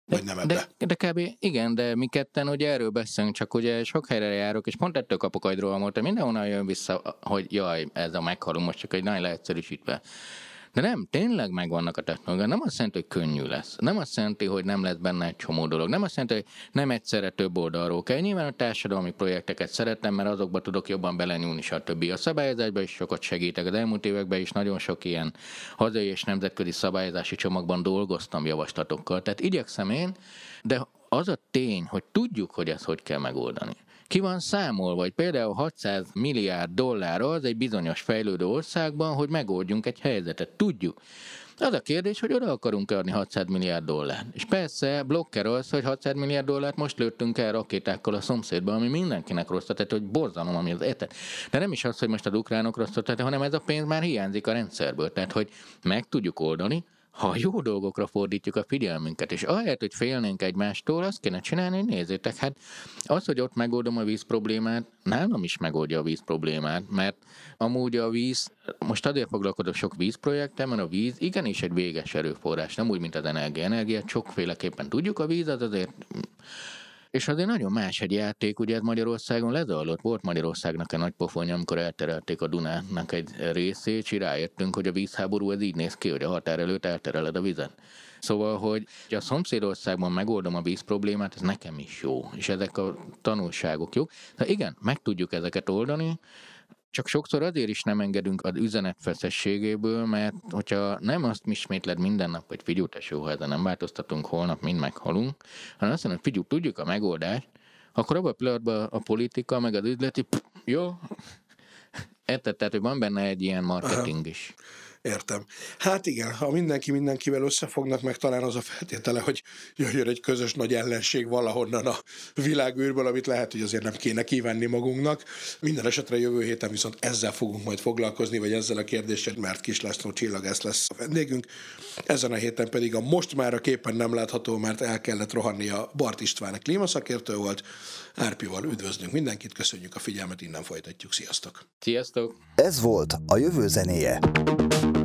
Vagy nem ebbe? De, de kb. Igen, de mi ketten ugye erről beszélünk, csak ugye sok helyre járok, és pont ettől kapok egy rohamot, mindenhonnan jön vissza, hogy jaj, ez a meghalunk, most csak egy nagyon leegyszerűsítve. De nem, tényleg megvannak a technológiák. Nem azt jelenti, hogy könnyű lesz. Nem azt jelenti, hogy nem lesz benne egy csomó dolog. Nem azt jelenti, hogy nem egyszerre több oldalról kell. Nyilván a társadalmi projekteket szeretem, mert azokba tudok jobban belenyúlni, stb. A szabályozásban is sokat segítek. Az elmúlt években is nagyon sok ilyen hazai és nemzetközi szabályozási csomagban dolgoztam javaslatokkal. Tehát igyekszem én, de az a tény, hogy tudjuk, hogy ezt hogy kell megoldani. Ki van számolva, hogy például hatszáz milliárd dollár az egy bizonyos fejlődő országban, hogy megoldjunk egy helyzetet. Tudjuk. Az a kérdés, hogy oda akarunk adni hatszáz milliárd dollárt. És persze blokker az, hogy hatszáz milliárd dollárt most lőttünk el rakétákkal a szomszédba, ami mindenkinek rossz, tehát hogy borzalom, ami az etet. De nem is az, hogy most az ukránok rosszat tettek, hanem ez a pénz már hiányzik a rendszerből. Tehát, hogy meg tudjuk oldani, ha jó dolgokra fordítjuk a figyelmünket, és ahelyett, hogy félnénk egymástól, azt kéne csinálni, hogy nézzétek, hát az, hogy ott megoldom a víz problémát, nálam is megoldja a víz problémát, mert amúgy a víz, most azért foglalkozok sok vízprojekttel, mert a víz igenis egy véges erőforrás, nem úgy, mint az energia. Energiát sokféleképpen tudjuk, a víz az azért... És azért nagyon más egy játék, ugye ez Magyarországon lezajlott, volt Magyarországnak egy nagy pofonja, amikor elterelték a Dunának egy részét, és rájöttünk, hogy a vízháború ez így néz ki, hogy a határ előtt eltereled a vizet. Szóval, hogy a szomszédországban megoldom a víz problémát, ez nekem is jó, és ezek a tanulságok jók. De igen, meg tudjuk ezeket oldani, csak sokszor azért is nem engedünk az üzenet feszességéből, mert hogyha nem azt ismétled minden nap, hogy figyelj, tesó, ha ezen nem változtatunk, holnap mind meghalunk, hanem azt mondom, figyelj, tudjuk a megoldást, akkor abban a pillanatban a politika, meg az üzleti, pff, jó, érted, tehát, hogy van benne egy ilyen marketing is. Értem. Hát igen, ha mindenki mindenkivel összefognak, meg talán az a feltétele, hogy jöjjön egy közös nagy ellenség valahonnan a világűrből, amit lehet, hogy azért nem kéne kívánni magunknak. Minden esetre jövő héten viszont ezzel fogunk majd foglalkozni, vagy ezzel a kérdéssel, mert Kiss László csillagász lesz a vendégünk. Ezen a héten pedig a most már a képen nem látható, mert el kellett rohannia Bart István, klímaszakértő volt. Árpival üdvözlünk mindenkit, köszönjük a figyelmet, innen folytatjuk. Sziasztok! Sziasztok! Ez volt a jövő zenéje.